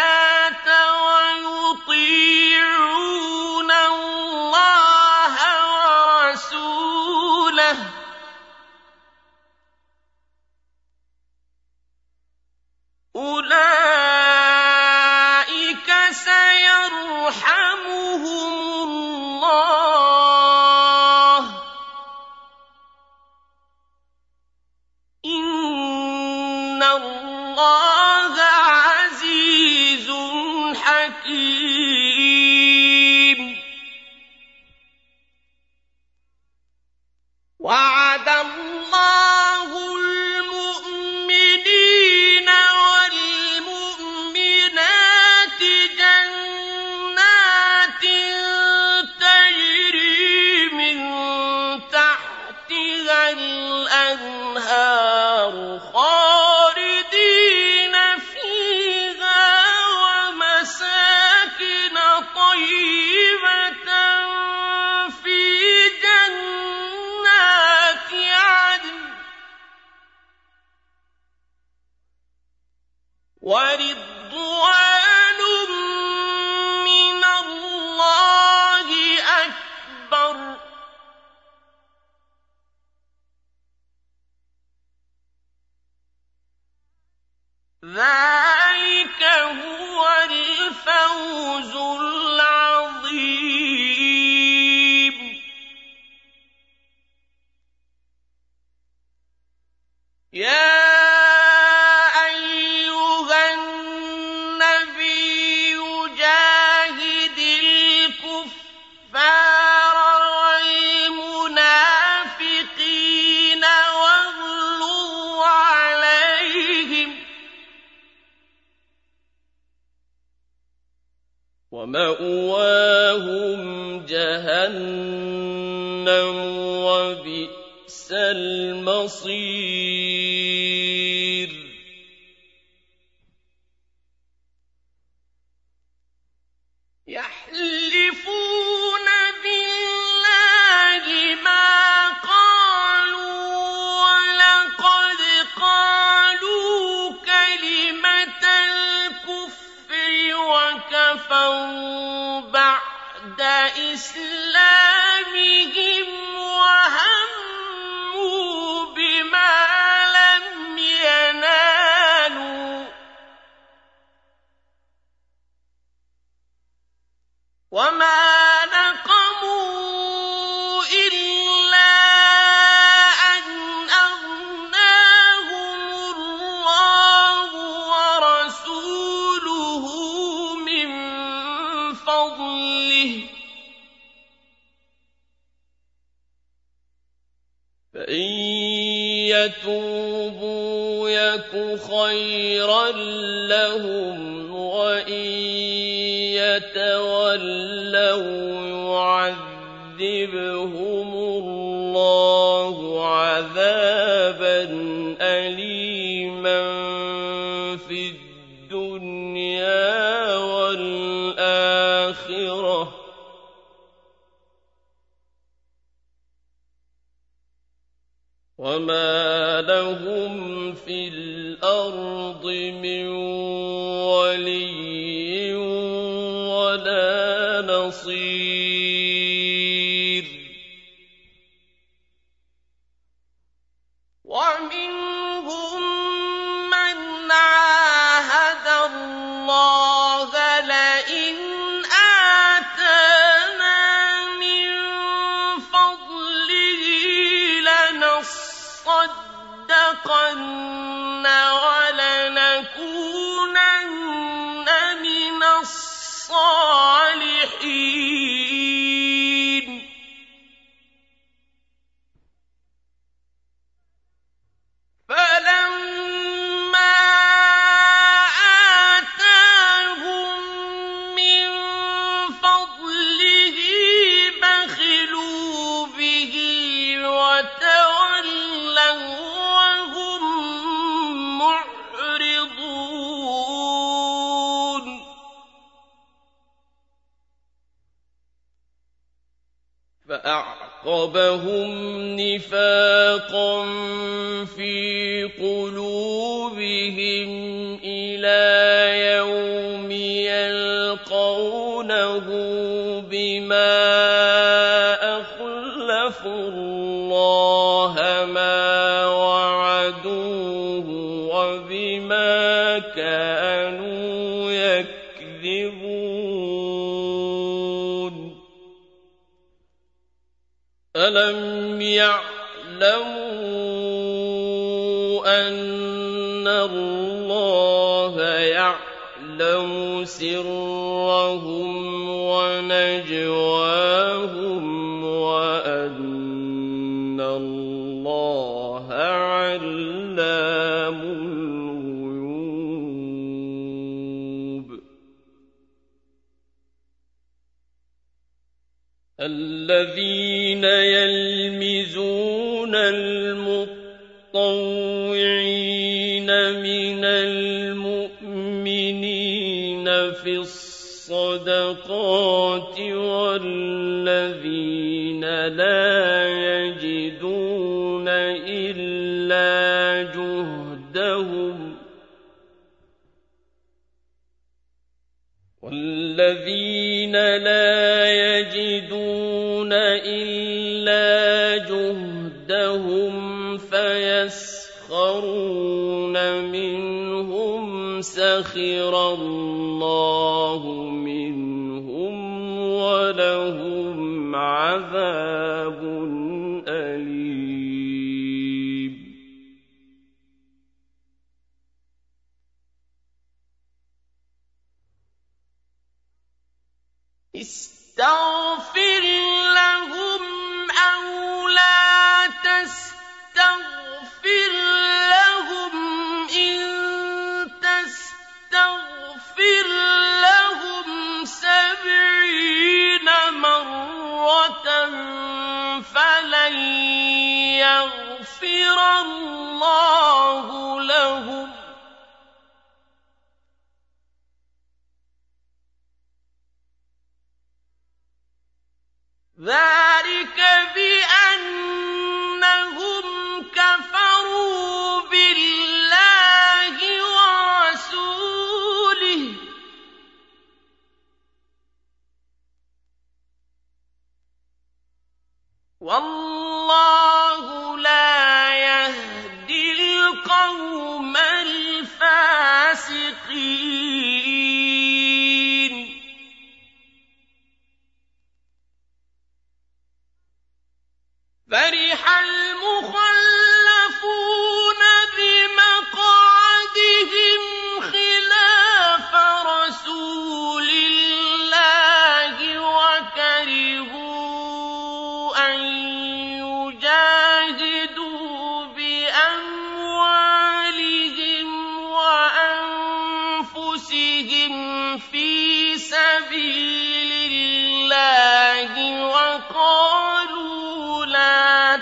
الْفَوْزُ الْعَظِيمُ يَا أَيُّهَا النَّبِيُّ جَاهِدِ الْكُفَّارَ وَالْمُنَافِقِينَ وَاغْلُظْ عَلَيْهِمْ ۚ وَمَأْوَاهُمْ جَهَنَّمُ وَبِئْسَ الْمَصِيرُ يَحْلِفُونَ بِاللَّهِ مَا قَالُوا وَلَقَدْ قَالُوا كَلِمَةَ الْكُفْرِ وَكَفَرُوا بَعْدَ إِسْلَامِهِمْ وَهَمُّوا بِمَا لَمْ يَنَالُوا ۚ وَمَا نَقَمُوا إِلَّا أَنْ أَغْنَاهُمُ اللَّهُ وَرَسُولُهُ مِن فَضْلِهِ ۚ فَإِن يَتُوبُوا يَكُ خَيْرًا لَّهُمْ وَإِن يَتَوَلَّوْا يُعَذِّبْهُمُ اللَّهُ عَذَابًا أَلِيمًا فِي الدُّنْيَا وَالْآخِرَةِ ۚ وَمَا لَهُمْ فِي الْأَرْضِ مِن وَلِيٍّ وَلَا نَصِيرٍ وَمِنْهُم مَّنْ عَاهَدَ اللَّهَ لَئِنْ آتَانَا مِن فَضْلِهِ لَنَصَّدَّقَنَّ وَلَنَكُونَنَّ مِنَ الصَّالِحِينَ فَلَمَّا آتَاهُم مِّن فَضْلِهِ بَخِلُوا بِهِ وَتَوَلَّوا وَّهُم مُّعْرِضُونَ فَأَعْقَبَهُمْ نِفَاقًا فِي قُلُوبِهِمْ إِلَىٰ يَوْمِ يَلْقَوْنَهُ بِمَا أَخْلَفُوا اللَّهَ مَا وَعَدُوهُ وَبِمَا كَانُوا يَكْذِبُونَ أَلَمْ يَعْلَمُوا أَنَّ اللَّهَ يَعْلَمُ سِرَّهُمْ وَنَجْوَاهُمْ وَأَنَّ اللَّهَ عَلَّامُ الْغُيُوبِ الَّذِينَ يَلْمِزُونَ الْمُطَّوِّعِينَ مِنَ الْمُؤْمِنِينَ فِي الصَّدَقَاتِ وَالَّذِينَ لَا يَجِدُونَ إِلَّا جُهْدَهُمْ فَيَسْخَرُونَ مِنْهُمْ سَخِرَ اللَّهُ عَذَابٌ أَلِيمٌ اسْتَغْفِرْ لَهُمْ أَوْ لَا تَسْتَغْفِرْ لَهُمْ إِن تَسْتَغْفِرْ لَهُمْ 70 مَرَّةً فَلَن يَغْفِرَ اللَّهُ لَهُمْ ۚ ذَٰلِكَ بِأَنَّهُمْ كَفَرُوا بِاللَّهِ وَرَسُولِهِ ۗ وَاللَّهُ لَا يَهْدِي الْقَوْمَ الْفَاسِقِينَ فَرِحَ الْمُخَلَّفُونَ بِمَقْعَدِهِمْ خِلَافَ رَسُولِ اللَّهِ وَكَرِهُوا أَن يُجَاهِدُوا بِأَمْوَالِهِمْ وَأَنفُسِهِمْ فِي سَبِيلِ اللَّهِ وَقَالُوا لَا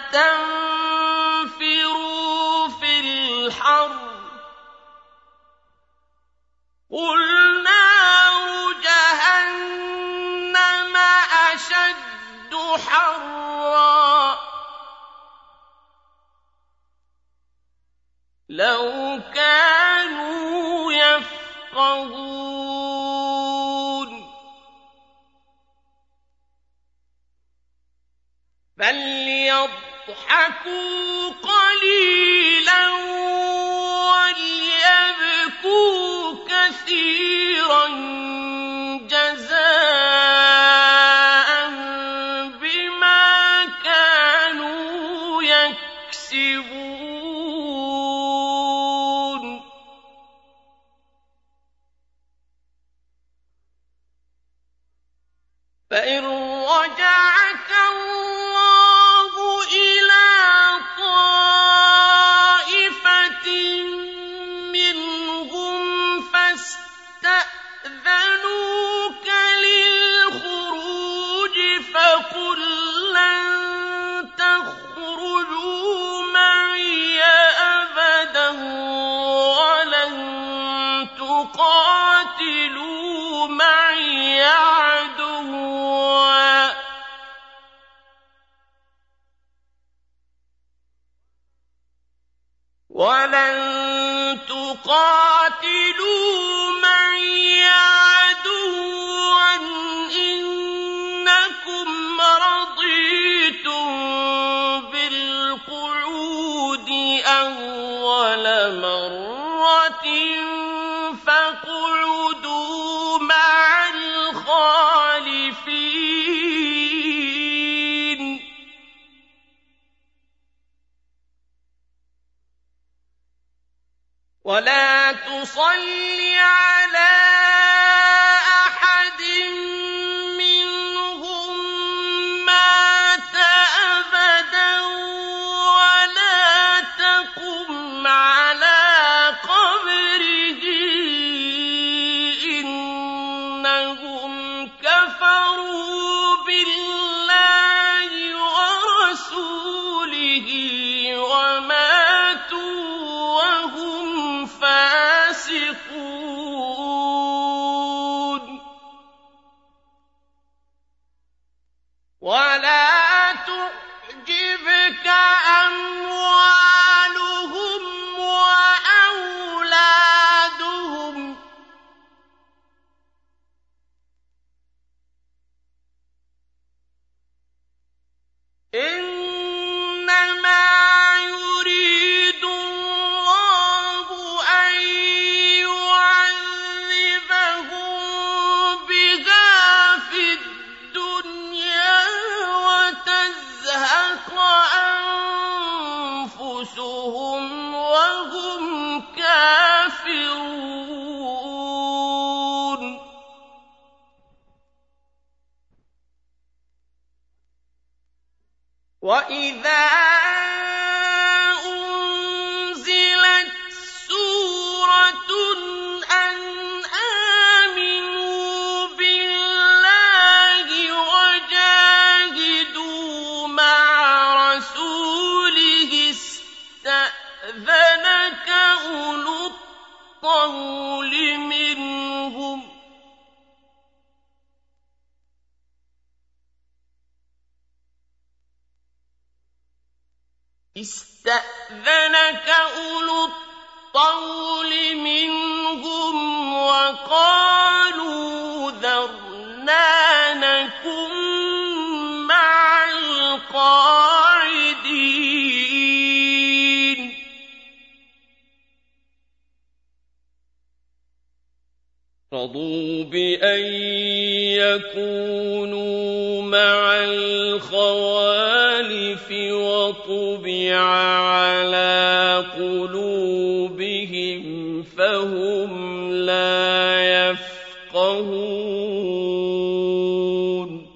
تَنفِرُوا فِي الْحَرِّ ۗ قُلْ نَارُ جَهَنَّمَ أَشَدُّ حَرًّا ۚ لَّوْ كَانُوا يَفْقَهُونَ فَلْيَضْحَكُوا قَلِيلًا وَلْيَبْكُوا كَثِيرًا جَزَاءً بِمَا كَانُوا يَكْسِبُونَ فَإِن رَّجَعَكَ اللَّهُ إِلَىٰ طَائِفَةٍ مِّنْهُمْ فَاسْتَأْذَنُوكَ لِلْخُرُوجِ فَقُل لَّن تَخْرُجُوا مَعِيَ أَبَدًا وَلَن تُقَاتِلُوا مَعِيَ عَدُوًّا ۖ إِنَّكُمْ رَضِيتُم بِالْقُعُودِ أَوَّلَ مَرَّةٍ فَاقْعُدُوا مَعَ الْخَالِفِينَ وَلَا تُصَلِّ عَلَىٰ أَحَدٍ مِّنْهُم مَّاتَ أَبَدًا وَلَا تَقُمْ عَلَىٰ قَبْرِهِ ۖ إِنَّهُمْ كَفَرُوا بِاللَّهِ وَرَسُولِهِ وَمَاتُوا وَهُمْ فَاسِقُونَ وَلَا تُعْجِبْكَ أَمْوَالُهُمْ وَأَوْلَادُهُمْ ۚ وَإِذَا أُنزِلَتْ سُورَةٌ أَنْ آمِنُوا بِاللَّهِ وَجَاهِدُوا مَعَ رَسُولِهِ اسْتَأْذَنَكَ أُولُو الطَّوْلِ مِنْهُمْ وَقَالُوا ذَرْنَا نَكُن مَّعَ الْقَاعِدِينَ رَضُوا بِأَن يَكُونُوا مَعَ الْخَوَالِفِ وَطُبِعَ عَلَىٰ قُلُوبِهِمْ فَهُمْ لَا يَفْقَهُونَ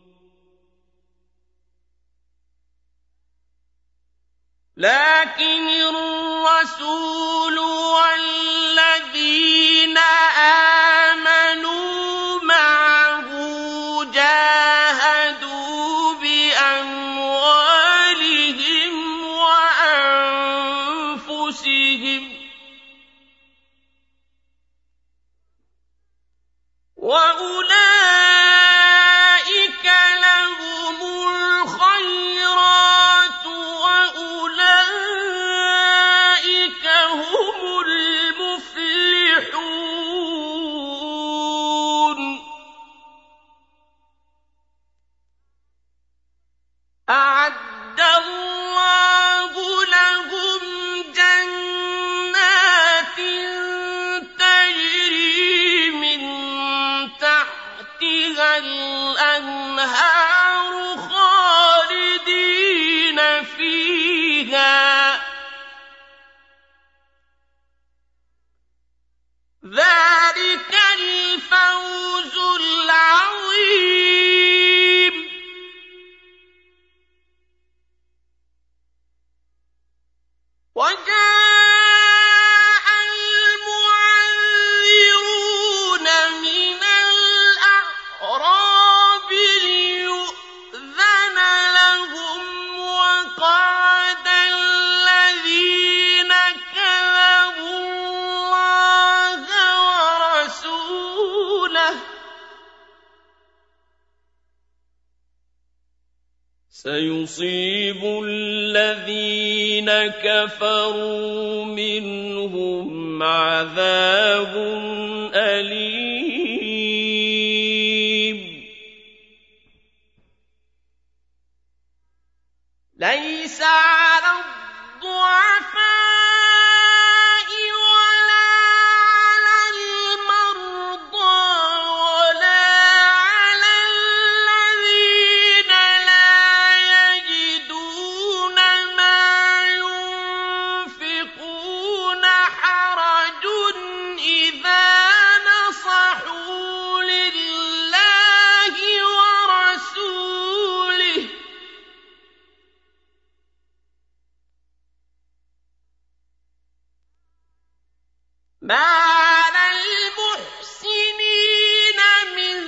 لَٰكِنِ الرَّسُولُ وَالَّذِينَ آمَنُوا مَعَهُ جَاهَدُوا بِأَمْوَالِهِمْ وَأَنفُسِهِمْ وَأُولَٰئِكَ لَهُمُ الْخَيْرَاتُ وَأُولَٰئِكَ هُمُ الْمُفْلِحُونَ أَعَدَّ اللَّهُ لَهُمْ جَنَّاتٍ تَجْرِي مِن تَحْتِهَا الْأَنْهَارُ خَالِدِينَ فِيهَا ۚ ذَٰلِكَ الْفَوْزُ الْعَظِيمُ وَجَاءَ الْمُعَذِّرُونَ مِنَ الْأَعْرَابِ لِيُؤْذَنَ لَهُمْ وَقَعَدَ الَّذِينَ كَذَبُوا اللَّهَ وَرَسُولَهُ سَيُصِيبُ الَّذِينَ كَفَرُوا مِنْهُمْ عَذَابٌ أَلِيمٌ لَيْسَ عَلَى الضُّعَفَاءِ وَلَا عَلَى الْمَرْضَىٰ وَلَا عَلَى الَّذِينَ لَا يَجِدُونَ مَا يُنفِقُونَ حَرَجٌ إِذَا نَصَحُوا لِلَّهِ وَرَسُولِهِ ۚ مَا عَلَى الْمُحْسِنِينَ مِن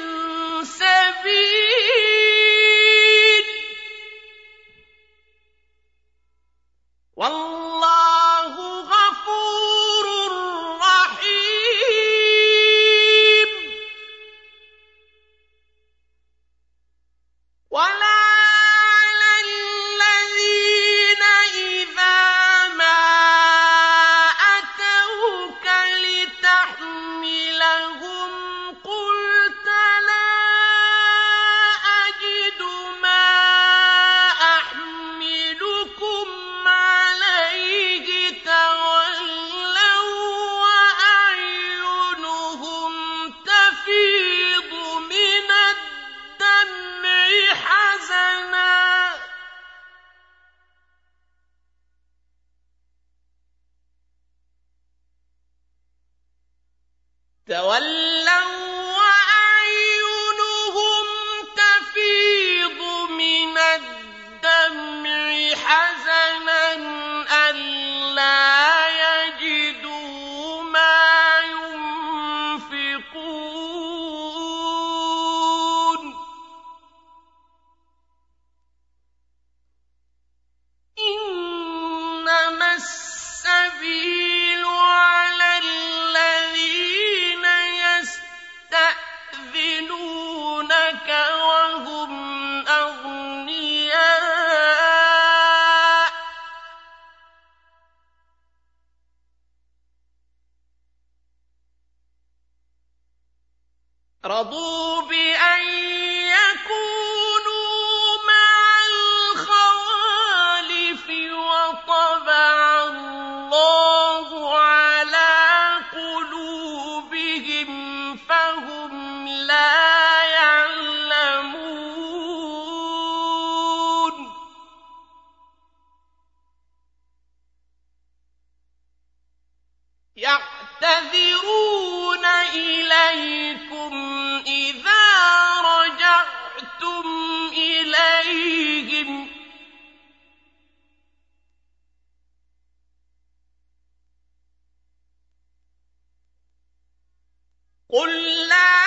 سَبِيلٍ ۚ وَاللَّهُ غَفُورٌ رَّحِيمٌ وَلَا عَلَى الَّذِينَ إِذَا مَا أَتَوْكَ لِتَحْمِلَهُمْ قُلْتَ لَا أَجِدُ مَا أَحْمِلُكُمْ عَلَيْهِ تَوَلَّوا وَّأَعْيُنُهُمْ تَفِيضُ مِنَ الدَّمْعِ حَزَنًا وهم أغنياء رضوا بأن يكونوا مع الخوالف وطبع الله على قلوبهم فهم لا يعلمون يعتذرون إليكم إذا رجعتم إليهم قل لا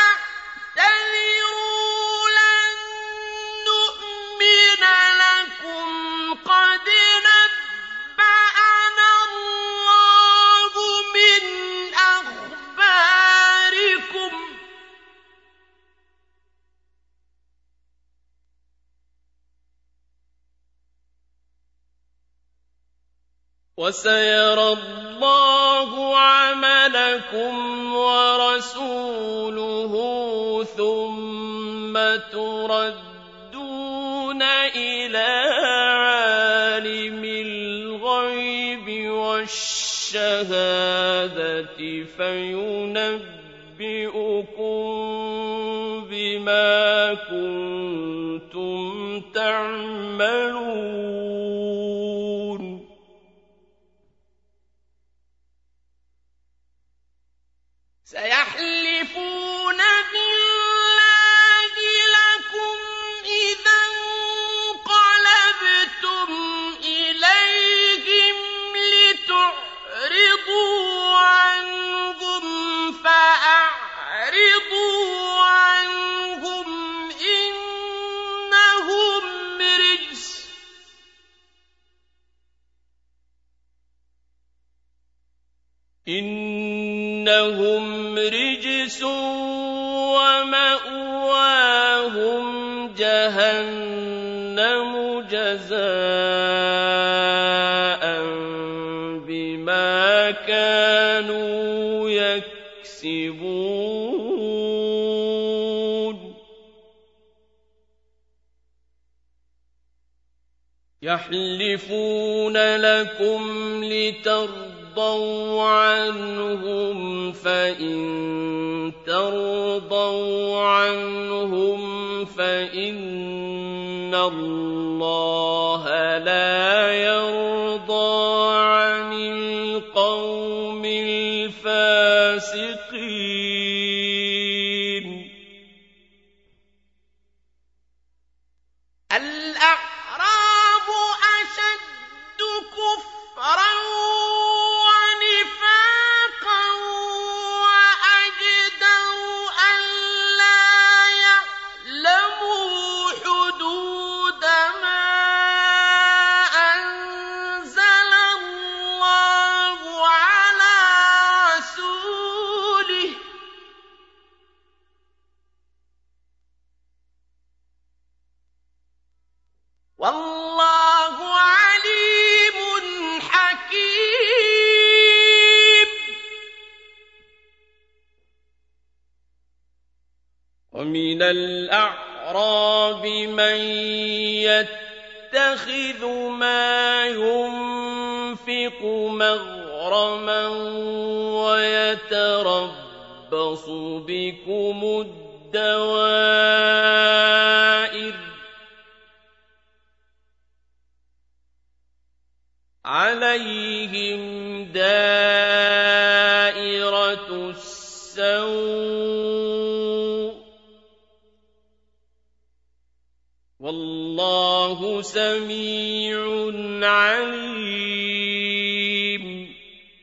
تعتذروا لن نؤمن لكم قد نبأنا الله من أخباركم وسيرى الله عملكم ورسوله ثم تردون إلى عالم الغيب والشهادة فينبئكم بما كنتم تعملون سيحلفون بالله لكم إذا انقلبتم إليهم لتعرضوا عنهم فأعرضوا عنهم إنهم رجس ومأواهم جهنم جزاء بما كانوا يكسبون يحلفون لكم لترضوا عنهم فإن ترضوا عنهم فإن الله لا يرضى عن القوم الفاسقين الأعراب أشد كفرا ونفاقا وأجدر ألا يعلموا حدود ما أنزل الله على رسوله والله عليم حكيم ومن الأعراب من يتخذ ما ينفق مغرما ويتربص بكم الدوائر عليهم دائرة السوء والله سميع عليم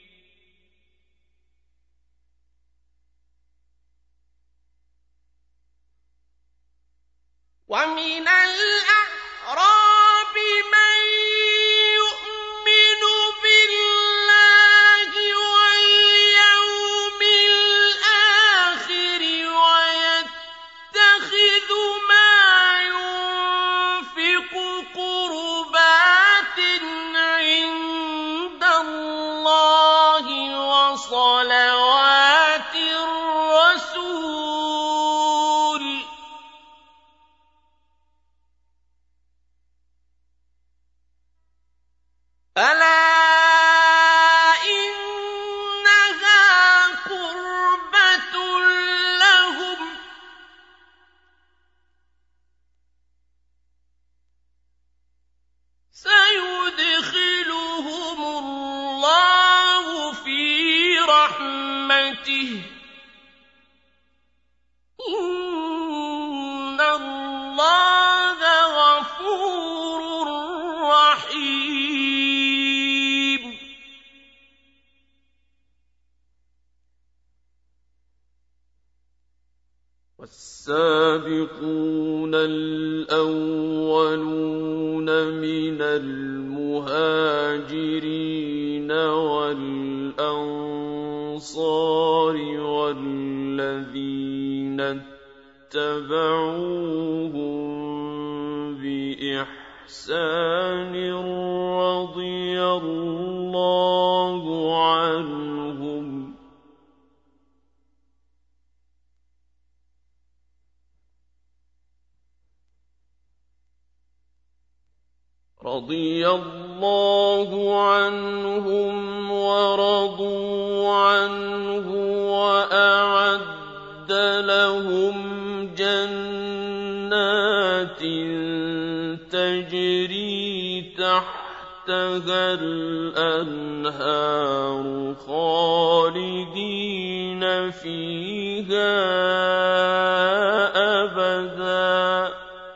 ومن الأعراب من يؤمن بالله واليوم الآخر ويتخذ بِرَحْمَتِهِ إِنَّ اللَّهَ غَفُورٌ رَّحِيمٌ والسابقون الأولون من المهاجرين والأنصار والذين اتبعوهم بإحسان رضي الله عنهم ورضوا عنه وأعد لهم جنات تجري تحتها الأنهار خالدين فيها أبدا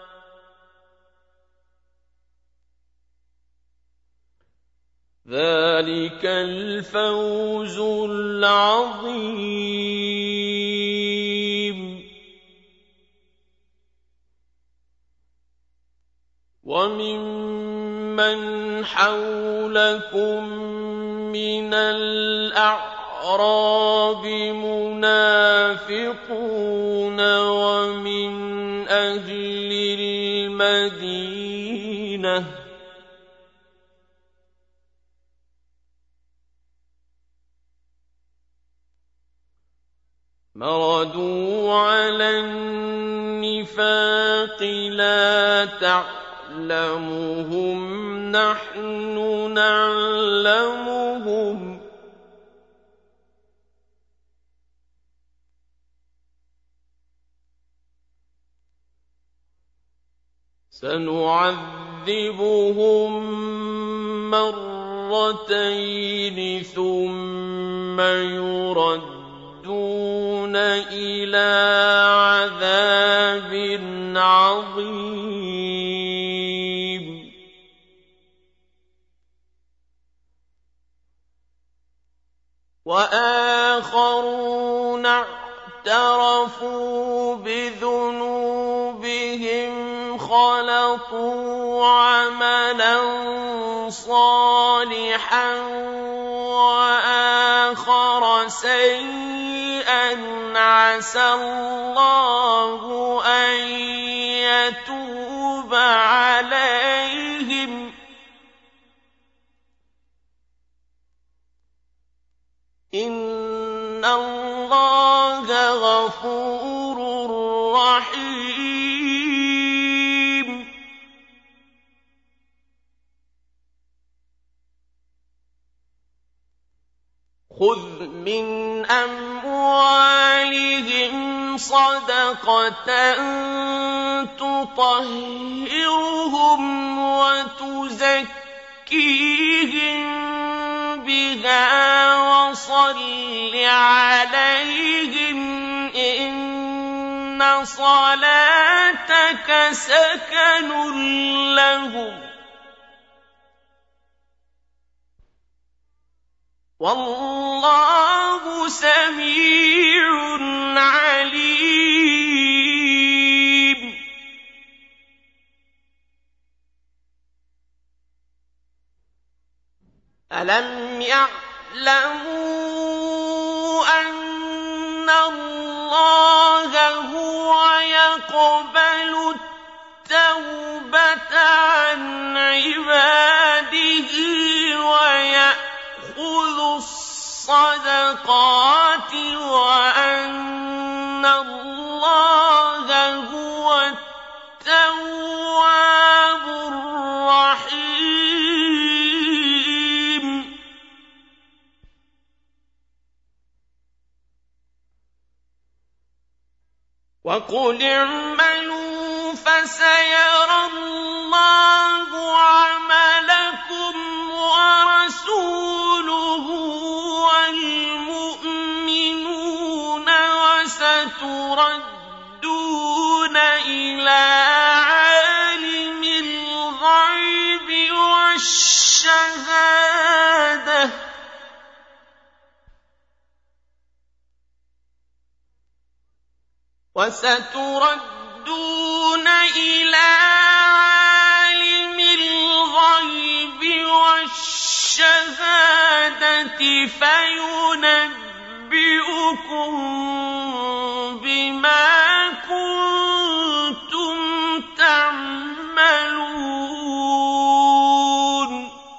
ذلك الفوز العظيم وممن حولكم من الأعراب منافقون ومن أهل المدينة مردوا على النفاق لا تعلمهم نحن نعلمهم سنعذبهم مرتين ثم يردون إلى عذاب عظيم وآخرون اعترفوا بذنوبهم خلطوا عملا صالحا وآخر سيئا عسى الله أن يتوب عليهم إن الله غفور رحيم خذ من أموالهم صدقة تطهرهم وتزكيهم بها وصل عليهم إن صلاتك سكن لهم والله سميع عليم ألم يعلموا أن الله هو يقبل التوبة عن عباده ويأخذ الصدقات وأن الله هو التواب الرحيم وقل اعملوا فسيرى الله عملكم ورسوله والمؤمنون وستردون إلى عالم الغيب والشهادة فينبئكم بما كنتم تعملون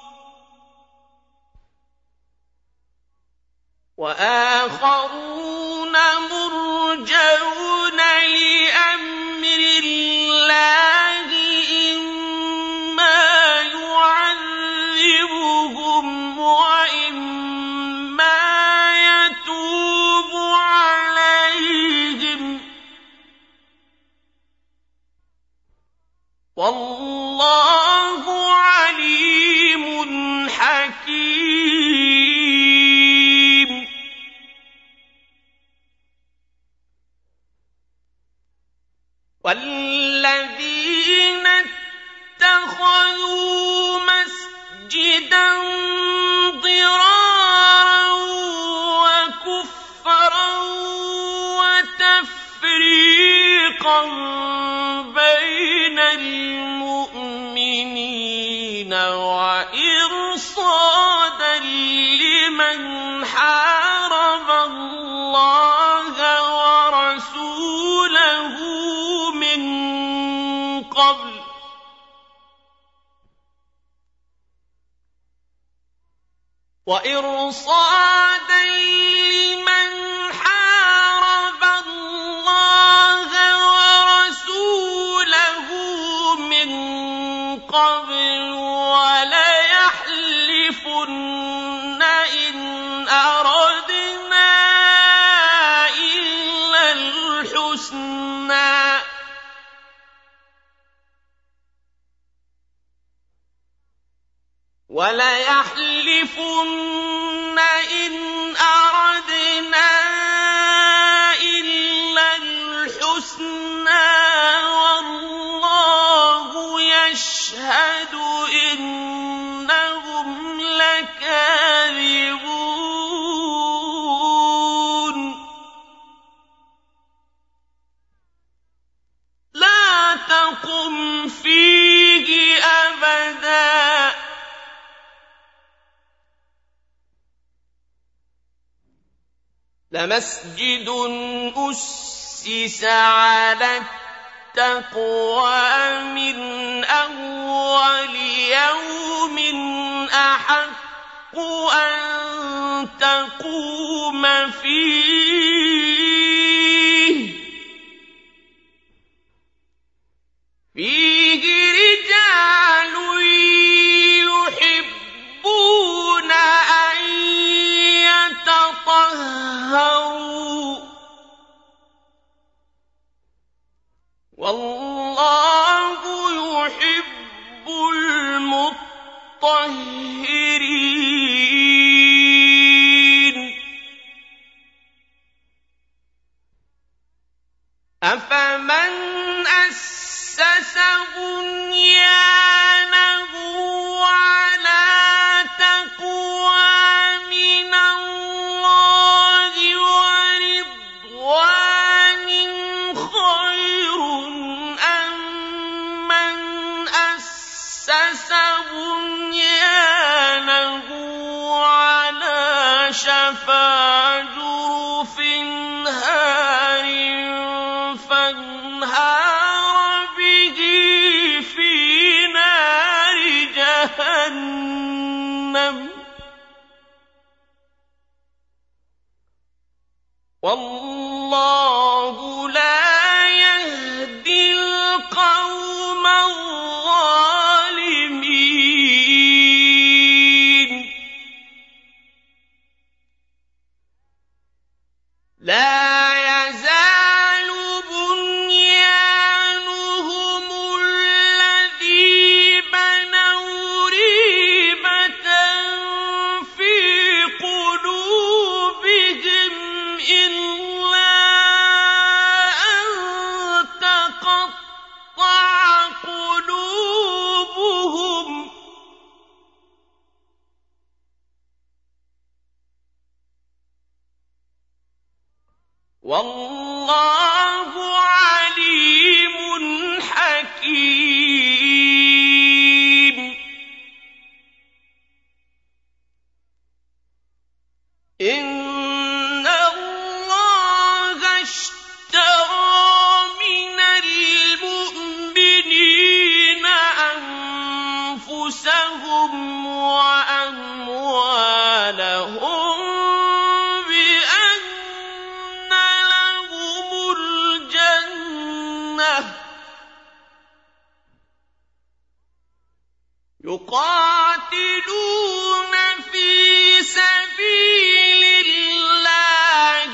وآخرون مرجون لأمر الله إما يعذبهم وإما يتوب عليهم والله عليم حكيم. والذين اتخذوا مسجدا ضرارا وكفرا وتفريقا بين المؤمنين وإرصادا لمن حارب الله ورسوله من قبل وليحلفن إن أردنا إلا الحسنى والله يشهد إنهم لكاذبون. لا تقم فيه أبدا لمسجد أسس على التقوى من أول يوم أحق أن تقوم فيه رجال يحبون أن يتطهروا والله يحب المطهرين. أفمن أسس بنيانه على تقوى من الله ورضوان خير أم من أسس بنيانه على شفا جرف هار فانهار به في نار جهنم والله لا يهدي القوم الظالمين. لا يزال بنيانهم الذي بنوا ريبة في قلوبهم إلا يقاتلون في سبيل الله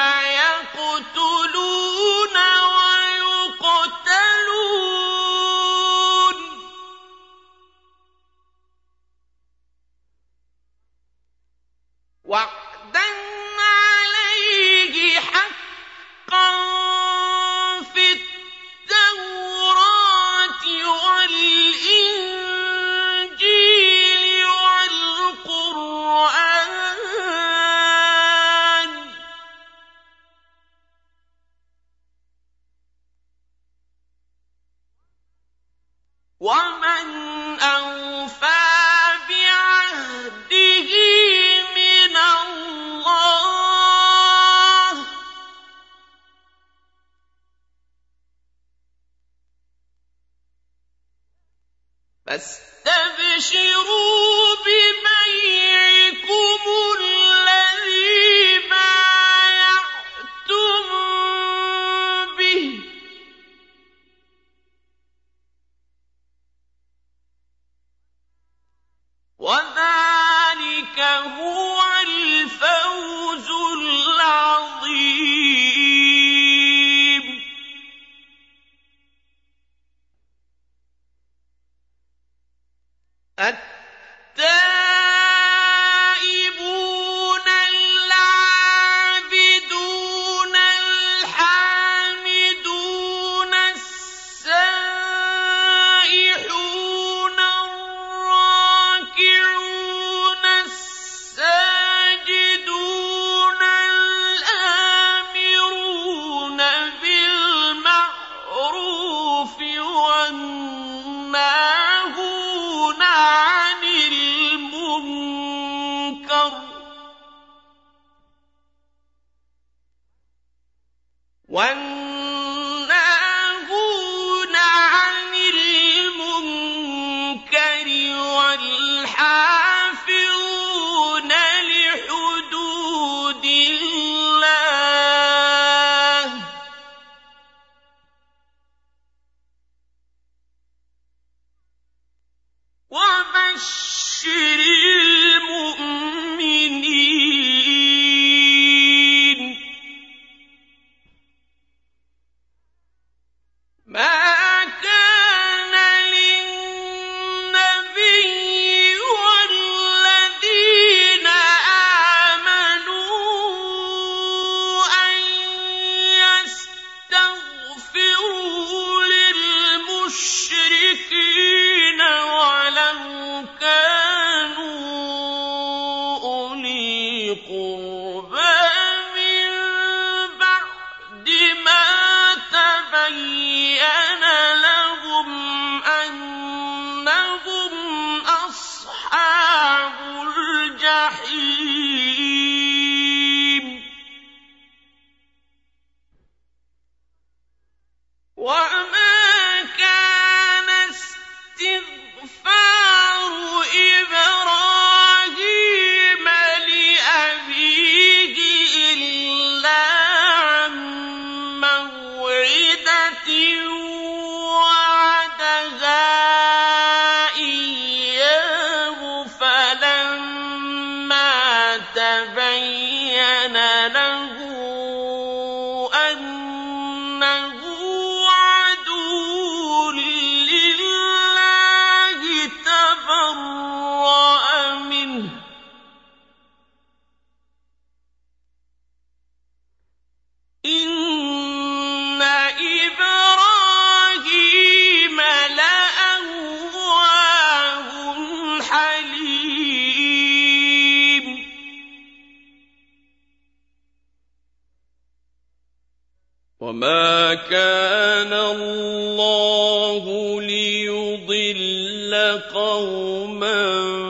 فيقتلون ويقتلون وعدا عليه حقا في التوراة والإنجيل والقرآن ومن أوفى بعهده من الله فاستبشروا ببيعكم الذي بايعتم به وذلك هو الفوز العظيم التائبون العابدون الحامدون السائحون الراكعون الساجدون الآمرون بالمعروف والناهون عن المنكر والحافظون لحدود الله وبشر المؤمنين ما كان للنبي والذين آمنوا أن يستغفروا للمشركين ولو كانوا أولي قربى من بعد ما تبين لهم أنهم أصحاب الجحيم وما كان استغفار إبراهيم لأبيه إلا عن موعدة وعدها إياه فلما تبين له أنه عدو لله تبرأ منه إن إبراهيم لأواه حليم وما كان الله ليضل قوما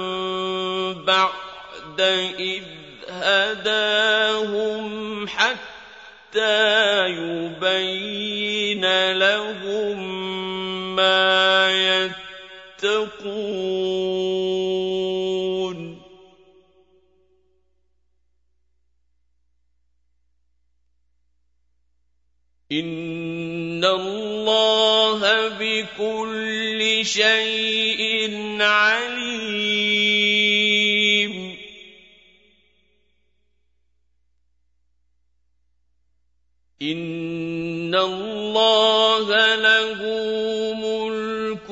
بعد إذ هداهم حتى يبين لهم ما يتقون إن الله اللَّهَ بِكُلِّ شَيْءٍ عَلِيمٌ إِنَّ اللَّهَ لَهُ مُلْكُ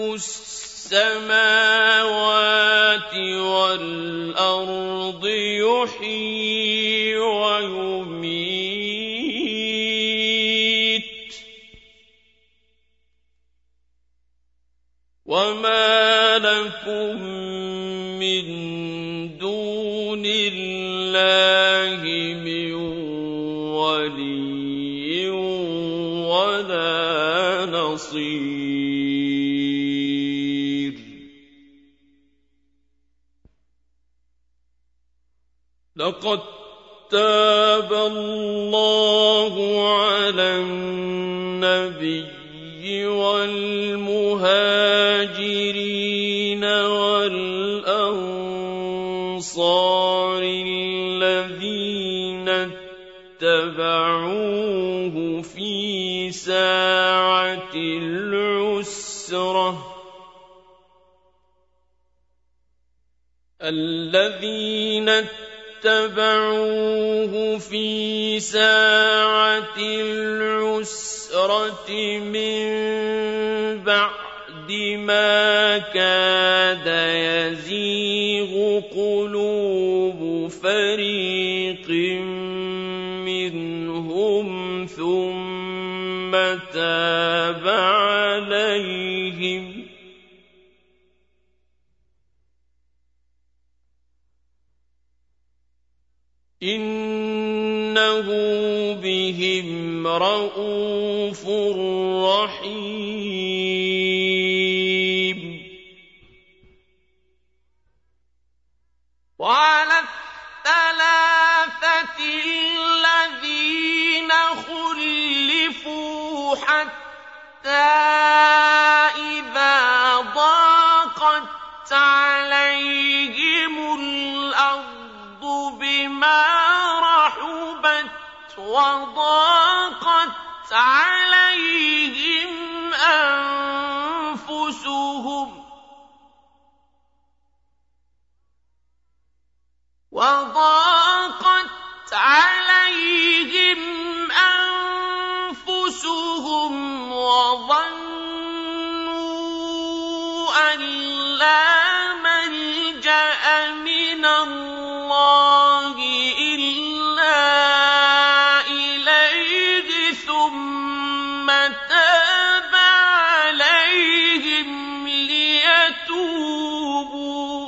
السَّمَاوَاتِ وَالْأَرْضِ يُحْيِي وَيُمِيتُ وَمَا لَكُم مِّن دُونِ اللَّهِ مِن وَلِيٍّ وَلَا نَصِيرٍ لَقَد تَّابَ اللَّهُ عَلَى النَّبِيِّ وَالْمُهَاجِرِينَ وَالْأَنصَارِ الَّذِينَ اتَّبَعُوهُ فِي سَاعَةِ الْعُسْرَةِ مِن بَعْدِ مَا كَادَ يَزِيغُ قُلُوبُ فَرِيقٍ مِّنْهُمْ ثُمَّ تَابَ عَلَيْهِمْ إِنَّهُ بِهِمْ رَءُوفٌ رَّحِيمٌ وَعَلَى الثَّلَاثَةِ الَّذِينَ خُلِّفُوا حَتَّىٰ إِذَا ضَاقَتْ عَلَيْهِمُ الْأَرْضُ بِمَا رَحُبَتْ وَضَاقَتْ عَلَيْهِمْ أَنفُسُهُمْ وَظَنُّوا أَن لَّا مَلْجَأَ مِنَ اللَّهِ إِلَّا إِلَيْهِ ثُمَّ تَابَ عَلَيْهِمْ لِيَتُوبُوا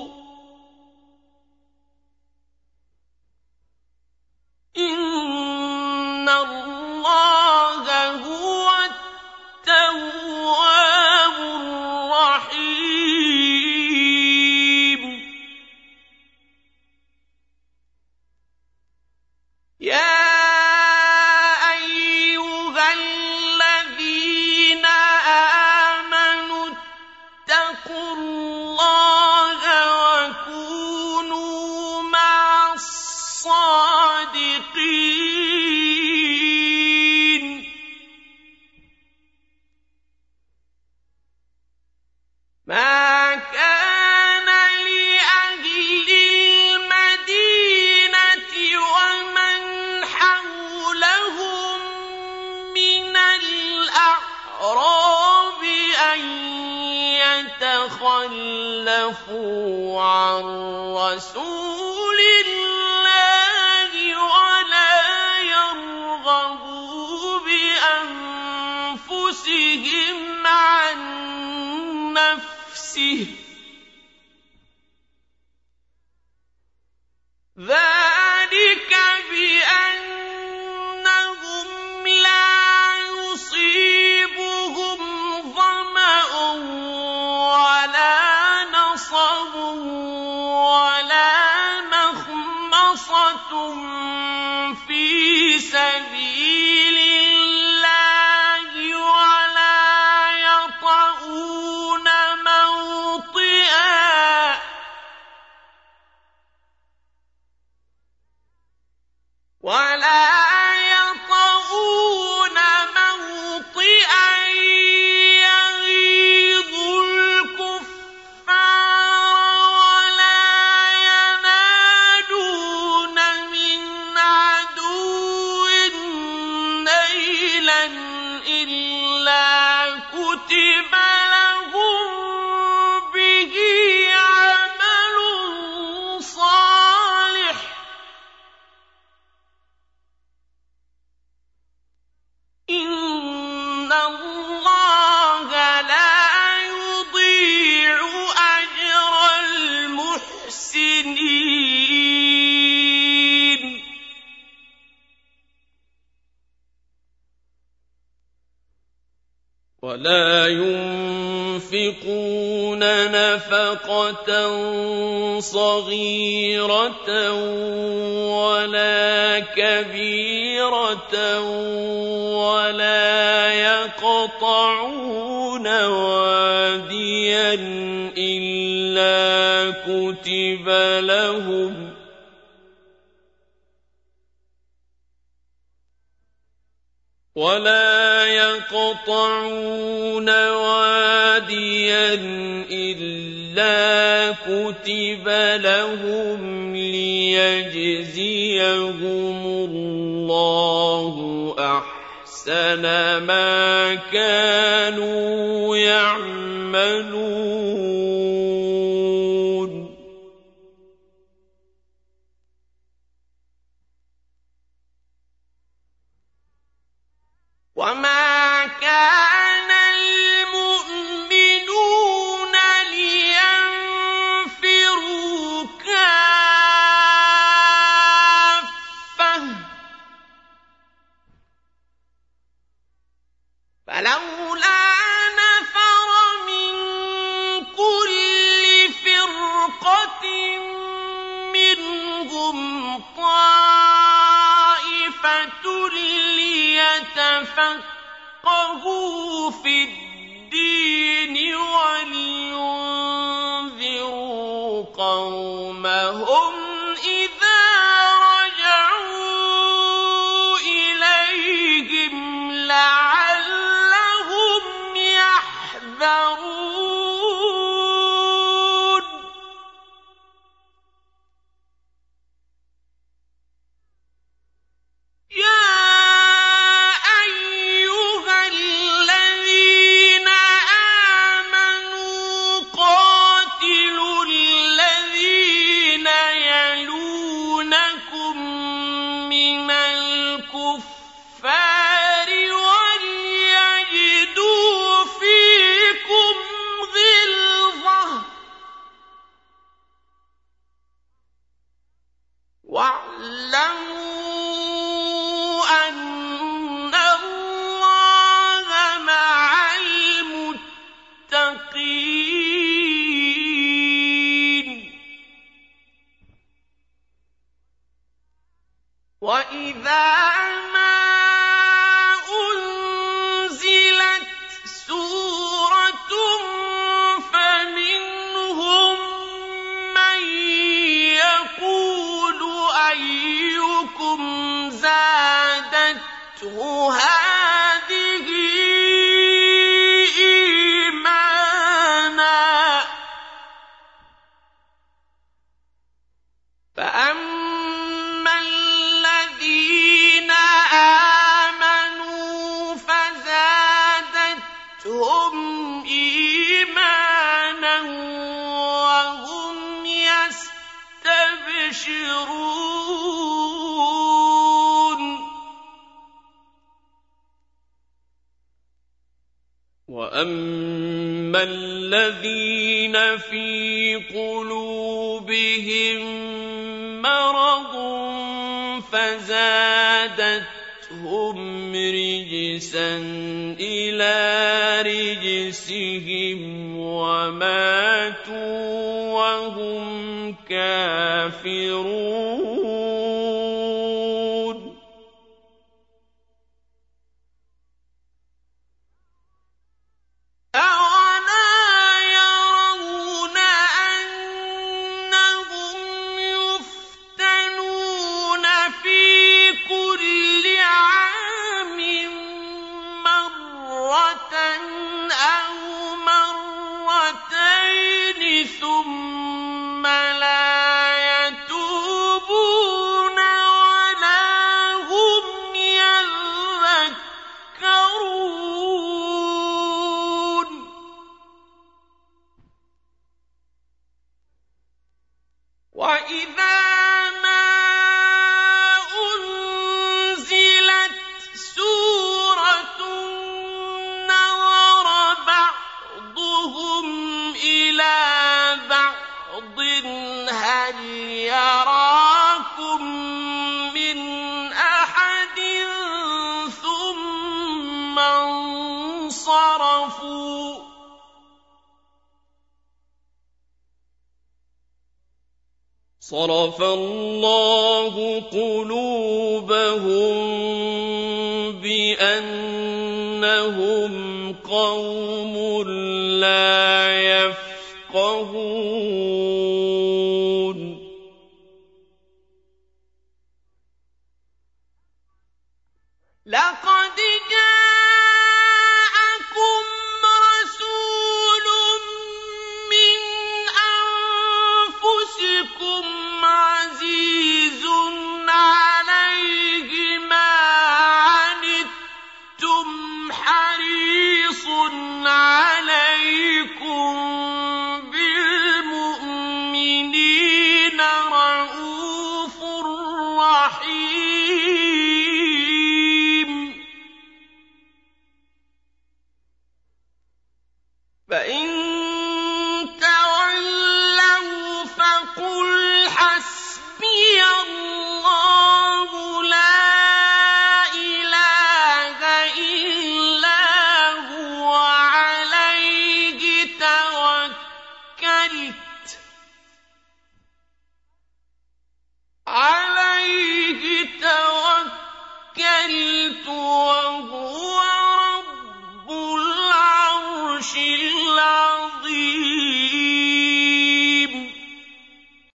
إِنَّ اللَّهَ هُوَ التَّوَّابُ الرَّحِيمُ يَا أَيُّهَا الَّذِينَ آمَنُوا اتَّقُوا اللَّهَ وَكُونُوا مَعَ الصَّادِقِينَ مَا كَانَ لِأَهْلِ الْمَدِينَةِ وَمَنْ حَوْلَهُم مِّنَ الْأَعْرَابِ أَن يَتَخَلَّفُوا عَن رَّسُولِ اللَّهِ وَلَا يَرْغَبُوا بِأَنفُسِهِمْ عَن نَّفْسِهِ ۚ ذَٰلِكَ بِأَنَّهُمْ لَا يُصِيبُهُمْ ظَمَأٌ وَلَا نَصَبٌ وَلَا مَخْمَصَةٌ فِي سَبِيلِ اللَّهِ وَلَا يَطَئُونَ مَوْطِئًا كُتِبَ لَهُم بِهِ عَمَلٌ صَالِحٌ إِنَّ اللَّهَ لَا يُضِيعُ أَجْرَ الْمُحْسِنِينَ وَلَا يُنفِقُونَ نَفَقَةً صَغِيرَةً وَلَا كَبِيرَةً وَلَا يَقْطَعُونَ وَادِيًا إِلَّا كُتِبَ لَهُمْ لِيَجْزِيَهُمُ اللَّهُ أَحْسَنَ مَا كَانُوا يَعْمَلُونَ وَمَا كَانَ الْمُؤْمِنُونَ لِيَنفِرُوا كَافَّةً فَلَوْلَا نَفَرَ مِن كُلِّ فِرْقَةٍ مِّنْهُمْ طَائِفَةٌ لِيَتَفَقَّهُوا فِي الدِّينِ وَلِيُنذِرُوا قَوْمَهُمْ إِذَا رَجَعُوا إِلَيْهِمْ لَعَلَّهُمْ يَحْذَرُونَ يَا أَيُّهَا الَّذِينَ آمَنُوا قَاتِلُوا الَّذِينَ يَلُونَكُم مِّنَ الْكُفَّارِ وَلْيَجِدُوا فِيكُمْ غِلْظَةً ۚ وَاعْلَمُوا أَنَّ اللَّهَ مَعَ الْمُتَّقِينَ وَإِذَا مَا أُنزِلَتْ سُورَةٌ فَمِنْهُم مَّن يَقُولُ أَيُّكُمْ زَادَتْهُ هَٰذِهِ إِيمَانًا ۚ فَأَمَّا الَّذِينَ آمَنُوا فَزَادَتْهُمْ إِيمَانًا وَهُمْ يَسْتَبْشِرُونَ وَأَمَّا الَّذِينَ فِي قُلُوبِهِم مَّرَضٌ فَزَادَتْهُمْ رِجْسًا إِلَىٰ رِجْسِهِمْ وَمَاتُوا وَهُمْ كَافِرُونَ أَوَلَا يَرَوْنَ أَنَّهُمْ يُفْتَنُونَ فِي كُلِّ عَامٍ مَّرَّةً أَوْ مَرَّتَيْنِ ثُمَّ لَا يَتُوبُونَ وَلَا هُمْ يَذَّكَّرُونَ وَإِذَا مَا أُنزِلَتْ سُورَةٌ نَظَرَ بَعْضُهُمْ إِلَىٰ بَعْضٍ هَلْ يَرَاكُم مِّنْ أَحَدٍ ثُمَّ انصَرَفُوا ۚ صَرَفَ اللَّهُ قُلُوبَهُم بِأَنَّهُمْ قَوْمٌ لَّا يَفْقَهُونَ. لَقَدْ جَاءَكُمْ رَسُولٌ مِّنْ أَنفُسِكُمْ عَزِيزٌ عَلَيْهِ مَا عَنِتُّمْ حَرِيصٌ عَلَيْكُم بِالْمُؤْمِنِينَ رَءُوفٌ رَّحِيمٌ. فَإِن تَوَلَّوْا فَقُلْ حَسْبِيَ اللَّهُ لَا إِلَٰهَ إِلَّا هُوَ عَلَيْهِ تَوَكَّلْتُ